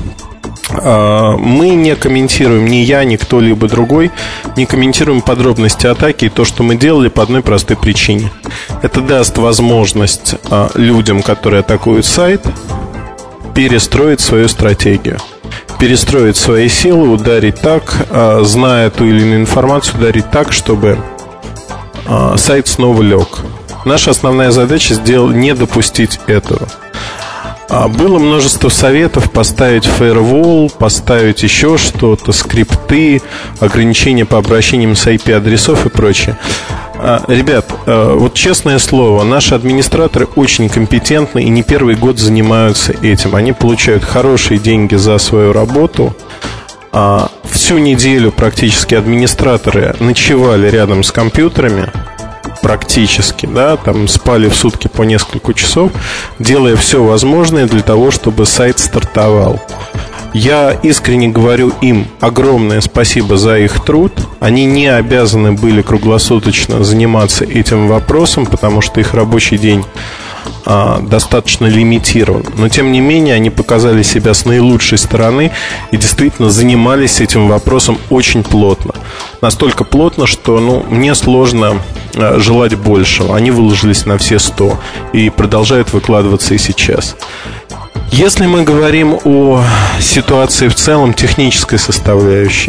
Мы не комментируем, ни я, ни кто-либо другой, не комментируем подробности атаки и то, что мы делали, по одной простой причине. Это даст возможность людям, которые атакуют сайт, перестроить свою стратегию, перестроить свои силы, ударить так, зная ту или иную информацию, ударить так, чтобы сайт снова лег. Наша основная задача не допустить этого. Было множество советов: поставить фаервол, поставить еще что-то, скрипты, ограничения по обращениям с IP-адресов и прочее. Ребят, вот честное слово, наши администраторы очень компетентны и не первый год занимаются этим. Они получают хорошие деньги за свою работу. Всю неделю практически администраторы ночевали рядом с компьютерами. Практически, да, там спали в сутки по несколько часов, делая все возможное для того, чтобы сайт стартовал. Я искренне говорю им огромное спасибо за их труд. Они не обязаны были круглосуточно заниматься этим вопросом, потому что их рабочий день достаточно лимитирован. Но тем не менее они показали себя с наилучшей стороны и действительно занимались этим вопросом очень плотно. Настолько плотно, что мне сложно желать большего. Они выложились на все 100 и продолжают выкладываться и сейчас. Если мы говорим о ситуации в целом, технической составляющей,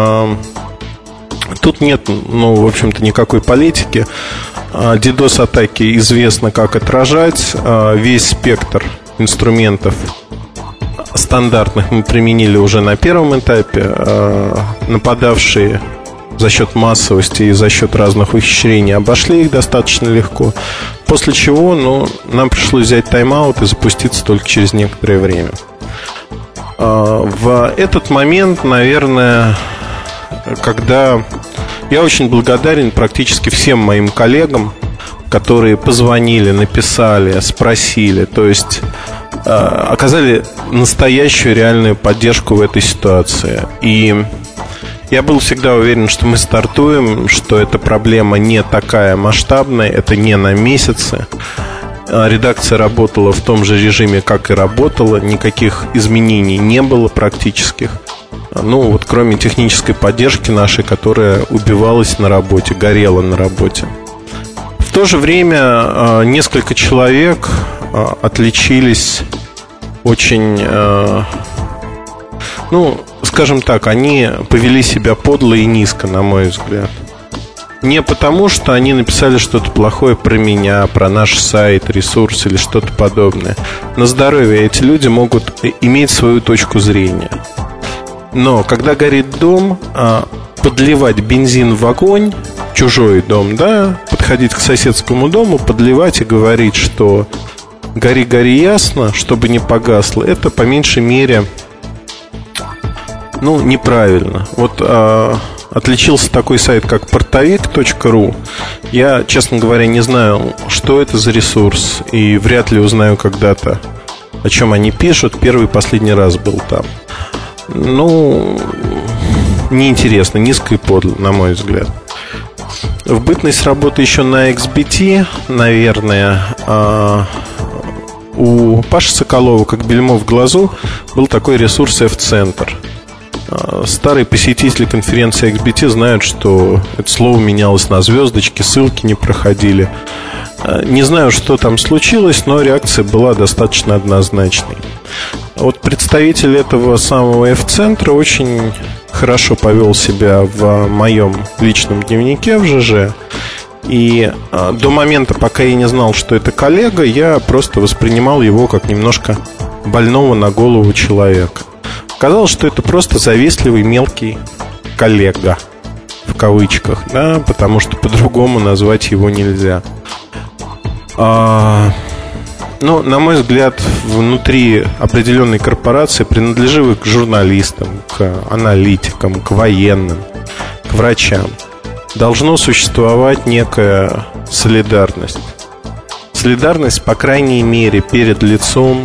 тут нет, в общем-то, никакой политики. DDoS-атаки известно, как отражать. Весь спектр инструментов стандартных мы применили уже на первом этапе. Нападавшие за счет массовости и за счет разных ухищрений обошли их достаточно легко. После чего, нам пришлось взять тайм-аут и запуститься только через некоторое время. В этот момент, наверное, когда я очень благодарен практически всем моим коллегам, которые позвонили, написали, спросили, то есть оказали настоящую реальную поддержку в этой ситуации. И я был всегда уверен, что мы стартуем, что эта проблема не такая масштабная, это не на месяцы. Редакция работала в том же режиме, как и работала, никаких изменений не было практических. Кроме технической поддержки нашей, которая убивалась на работе, горела на работе. В то же время несколько человек отличились очень, скажем так, они повели себя подло и низко, на мой взгляд. Не потому, что они написали что-то плохое про меня, про наш сайт, ресурс или что-то подобное. На здоровье эти люди могут иметь свою точку зрения. Но когда горит дом, подливать бензин в огонь, чужой дом, да, подходить к соседскому дому, подливать и говорить, что гори, гори ясно, чтобы не погасло, это по меньшей мере, неправильно. Отличился такой сайт, как портовик.ру. Я, честно говоря, не знаю, что это за ресурс, и вряд ли узнаю когда-то, о чем они пишут. Первый и последний раз был там. неинтересно, низко и подло, на мой взгляд. В бытность работы еще на XBT, наверное, у Паши Соколова, как бельмо в глазу, был такой ресурс F-центр. Старые посетители конференции XBT знают, что это слово менялось на звездочки, ссылки не проходили. Не знаю, что там случилось, но реакция была достаточно однозначной. Вот представитель этого самого F-центра очень хорошо повел себя в моем личном дневнике в ЖЖ. И до момента, пока я не знал, что это коллега, я просто воспринимал его как немножко больного на голову человека. Казалось, что это просто завистливый мелкий коллега, в кавычках, да, потому что по-другому назвать его нельзя. Но, на мой взгляд, внутри определенной корпорации, принадлеживой к журналистам, к аналитикам, к военным, к врачам, должно существовать некая солидарность. Солидарность, по крайней мере, перед лицом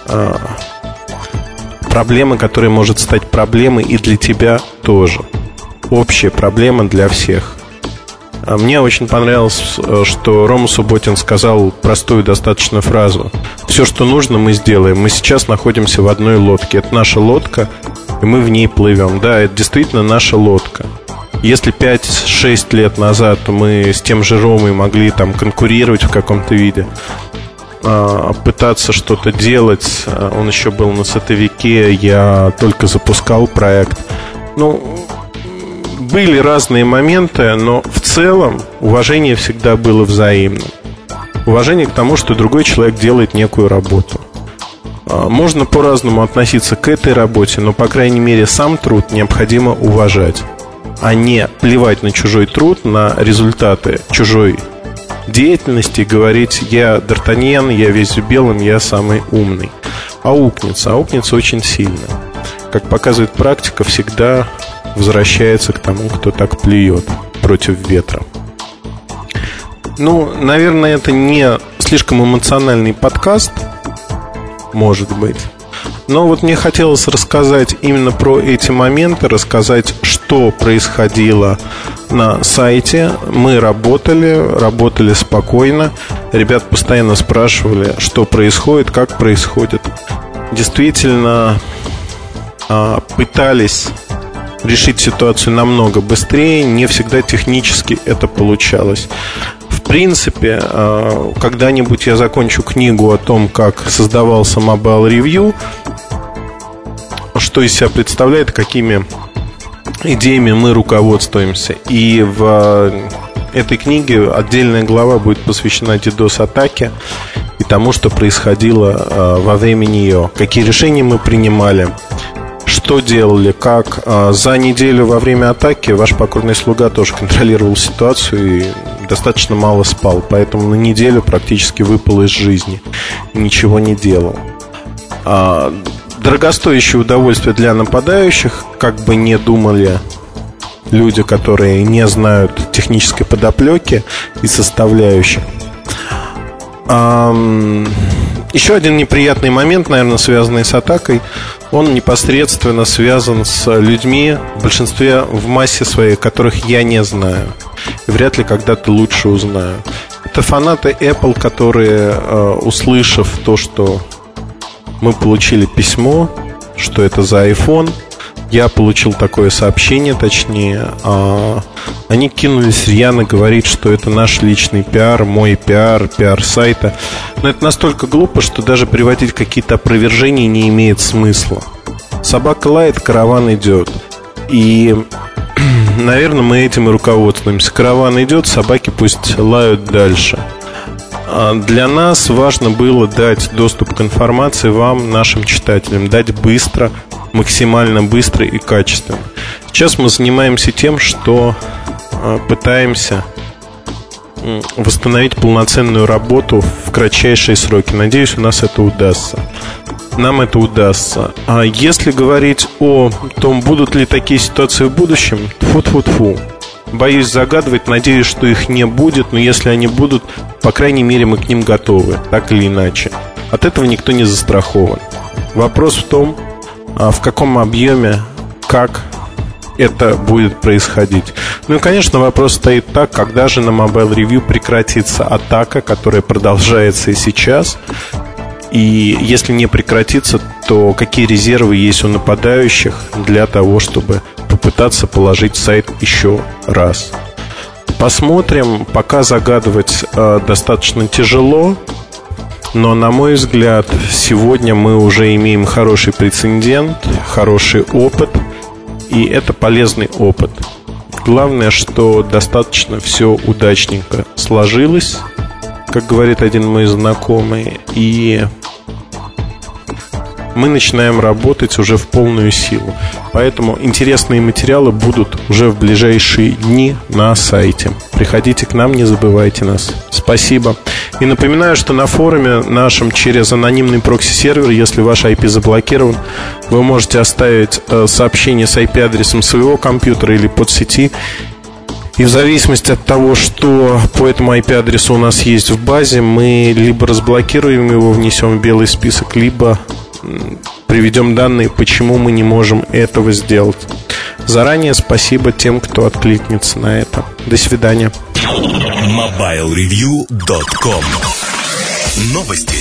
проблемы, которая может стать проблемой и для тебя тоже. Общая проблема для всех. Мне очень понравилось, что Рома Субботин сказал простую достаточно фразу: все, что нужно, мы сделаем. Мы сейчас находимся в одной лодке. Это наша лодка, и мы в ней плывем. Да, это действительно наша лодка. Если 5-6 лет назад мы с тем же Ромой могли там конкурировать в каком-то виде, пытаться что-то делать, он еще был на сотовике, я только запускал проект. Были разные моменты, но в целом уважение всегда было взаимным. Уважение к тому, что другой человек делает некую работу. Можно по-разному относиться к этой работе, но, по крайней мере, сам труд необходимо уважать, а не плевать на чужой труд, на результаты чужой деятельности, говорить: я Д'Артаньян, я весь в белом, я самый умный. Аукнется очень сильно. Как показывает практика, всегда возвращается к тому, кто так плюет против ветра. Наверное, это не слишком эмоциональный подкаст, может быть. Но вот мне хотелось рассказать именно про эти моменты, рассказать, что происходило на сайте. Мы работали спокойно. Ребят постоянно спрашивали, что происходит, как происходит. Действительно, пытались решить ситуацию намного быстрее. Не всегда технически это получалось. В принципе, когда-нибудь я закончу книгу о том, как создавался Mobile Review, что из себя представляет, какими идеями мы руководствуемся. И в этой книге отдельная глава будет посвящена DDoS-атаке и тому, что происходило во время нее, какие решения мы принимали, что делали, как. За неделю во время атаки ваш покорный слуга тоже контролировал ситуацию и достаточно мало спал, поэтому на неделю практически выпал из жизни и ничего не делал. Дорогостоящее удовольствие для нападающих, как бы не думали люди, которые не знают технической подоплеки и составляющих. Еще один неприятный момент, наверное, связанный с атакой, он непосредственно связан с людьми, в большинстве, в массе своей, которых я не знаю и вряд ли когда-то лучше узнаю. Это фанаты Apple, которые, услышав то, что мы получили письмо, что это за iPhone, я получил такое сообщение, точнее, они кинулись рьяно говорить, что это наш личный пиар, мой пиар, пиар сайта. Но это настолько глупо, что даже приводить какие-то опровержения не имеет смысла. Собака лает, караван идет. И, наверное, мы этим и руководствуемся. Караван идет, собаки пусть лают дальше. Для нас важно было дать доступ к информации вам, нашим читателям, дать быстро, максимально быстро и качественно. Сейчас мы занимаемся тем, что пытаемся восстановить полноценную работу в кратчайшие сроки. Надеюсь, у нас это удастся. Нам это удастся. А если говорить о том, будут ли такие ситуации в будущем, тьфу-тьфу-тьфу. Боюсь загадывать, надеюсь, что их не будет. Но если они будут, по крайней мере, мы к ним готовы, так или иначе. От этого никто не застрахован. Вопрос в том, в каком объеме, как это будет происходить. Ну и, конечно, вопрос стоит так, когда же на Mobile Review прекратится атака, которая продолжается и сейчас. И если не прекратится, то какие резервы есть у нападающих для того, чтобы попытаться положить сайт еще раз. Посмотрим. Пока загадывать достаточно тяжело. Но, на мой взгляд, сегодня мы уже имеем хороший прецедент, хороший опыт. И это полезный опыт. Главное, что достаточно все удачненько сложилось, как говорит один мой знакомый. И мы начинаем работать уже в полную силу. Поэтому интересные материалы будут уже в ближайшие дни на сайте. Приходите к нам, не забывайте нас. Спасибо. И напоминаю, что на форуме нашем через анонимный прокси-сервер, если ваш IP заблокирован, вы можете оставить сообщение с IP-адресом своего компьютера или подсети. И в зависимости от того, что по этому IP-адресу у нас есть в базе, мы либо разблокируем его, внесем в белый список, либо приведем данные, почему мы не можем этого сделать. Заранее спасибо тем, кто откликнется на это. До свидания. MobileReview.com. Новости.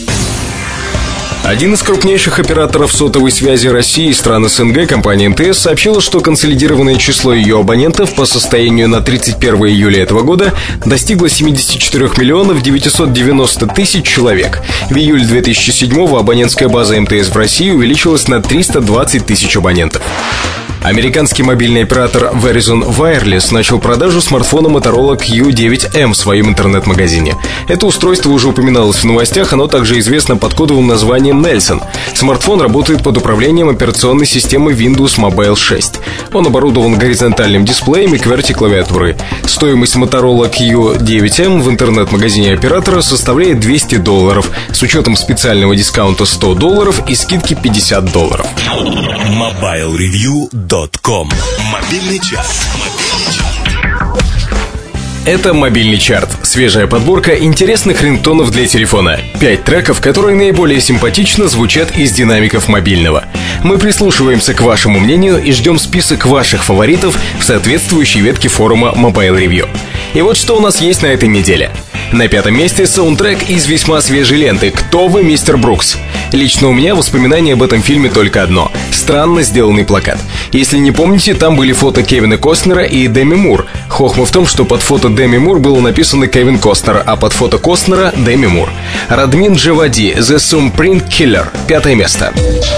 Один из крупнейших операторов сотовой связи России и стран СНГ, компания МТС, сообщила, что консолидированное число ее абонентов по состоянию на 31 июля этого года достигло 74 миллионов 990 тысяч человек. В июле 2007-го абонентская база МТС в России увеличилась на 320 тысяч абонентов. Американский мобильный оператор Verizon Wireless начал продажу смартфона Motorola Q9M в своем интернет-магазине. Это устройство уже упоминалось в новостях, оно также известно под кодовым названием Nelson. Смартфон работает под управлением операционной системы Windows Mobile 6. Он оборудован горизонтальным дисплеем и QWERTY-клавиатурой. Стоимость Motorola Q9M в интернет-магазине оператора составляет $200, с учетом специального дискаунта $100 и скидки $50. MobileReview.com. Мобильный час. Это мобильный чарт. Свежая подборка интересных рингтонов для телефона. 5 треков, которые наиболее симпатично звучат из динамиков мобильного. Мы прислушиваемся к вашему мнению и ждем список ваших фаворитов в соответствующей ветке форума Mobile Review. И вот что у нас есть на этой неделе. На 5-м месте саундтрек из весьма свежей ленты «Кто вы, мистер Брукс?». Лично у меня воспоминание об этом фильме только одно – странно сделанный плакат. Если не помните, там были фото Кевина Костнера и Деми Мур. Хохма в том, что под фото Деми Мур было написано Кевин Костнер, а под фото Костнера – Деми Мур. Радмин Джавади, The Thumbprint Killer, 5-е место.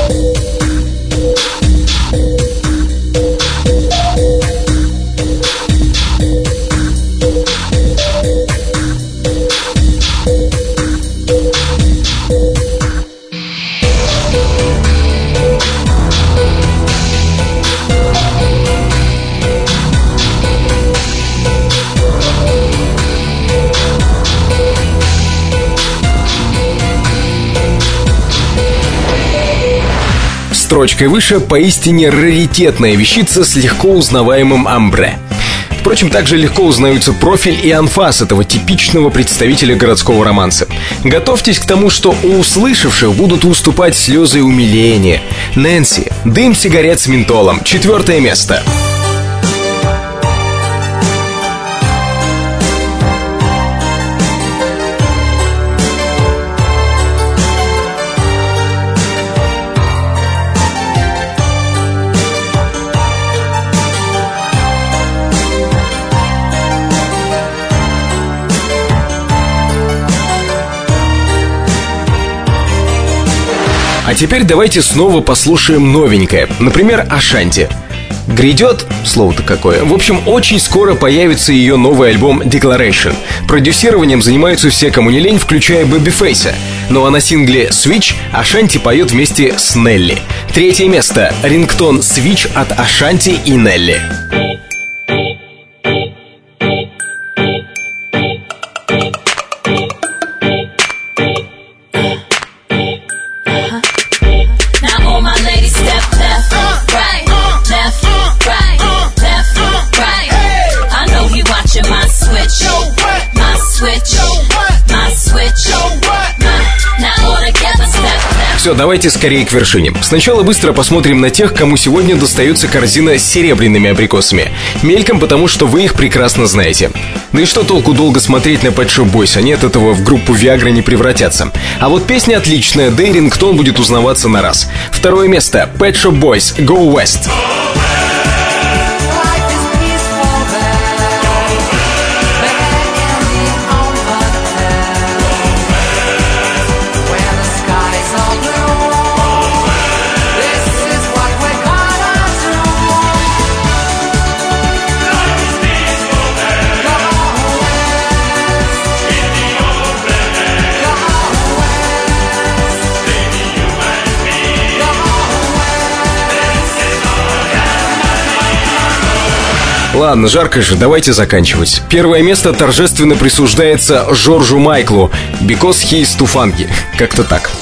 Строчкой выше поистине раритетная вещица с легко узнаваемым амбре. Впрочем, также легко узнаются профиль и анфас этого типичного представителя городского романса. Готовьтесь к тому, что у услышавших будут уступать слезы умиления. Нэнси, дым сигарет с ментолом, 4-е место. А теперь давайте снова послушаем новенькое. Например, Ашанти. Грядет, слово-то какое. В общем, очень скоро появится ее новый альбом Declaration. Продюсированием занимаются все, кому не лень, включая Бэбифейса. Ну а на сингле Switch Ашанти поет вместе с Нелли. 3-е место. Рингтон Switch от Ашанти и Нелли. Все, давайте скорее к вершине. Сначала быстро посмотрим на тех, кому сегодня достается корзина с серебряными абрикосами. Мельком, потому что вы их прекрасно знаете. Да и что толку долго смотреть на Pet Shop Boys? Они от этого в группу Viagra не превратятся. А вот песня отличная, да и рингтон будет узнаваться на раз. Второе место. Pet Shop Boys, Go West. Ладно, жарко же, давайте заканчивать. Первое место торжественно присуждается Жоржу Майклу, because he is too funky. Как-то так.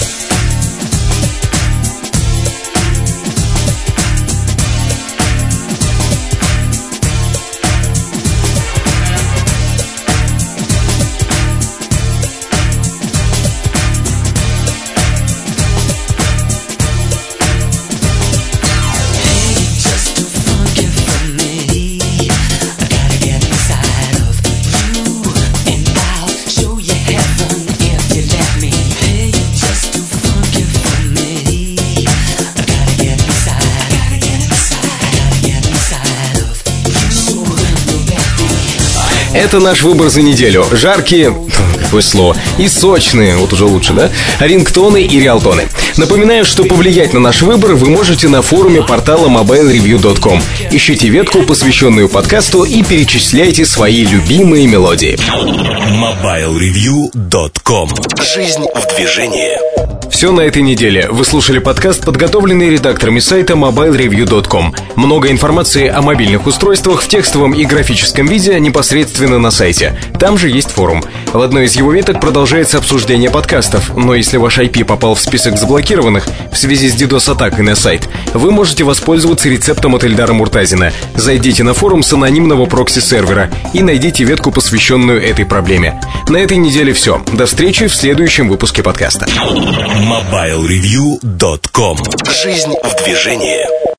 Это наш выбор за неделю. Жаркие, какое слово, и сочные, вот уже лучше, да? Рингтоны и риалтоны. Напоминаю, что повлиять на наш выбор вы можете на форуме портала mobilereview.com. Ищите ветку, посвященную подкасту, и перечисляйте свои любимые мелодии. mobilereview.com. Жизнь в движении. Все на этой неделе. Вы слушали подкаст, подготовленный редакторами сайта mobilereview.com. Много информации о мобильных устройствах в текстовом и графическом виде непосредственно на сайте. Там же есть форум. В одной из его веток продолжается обсуждение подкастов, но если ваш IP попал в список заблокированных в связи с DDoS-атакой на сайт, вы можете воспользоваться рецептом от Эльдара Муртазина. Зайдите на форум с анонимного прокси-сервера и найдите ветку, посвященную этой проблеме. На этой неделе все. До встречи в следующем выпуске подкаста. mobilereview.com. Жизнь в движении.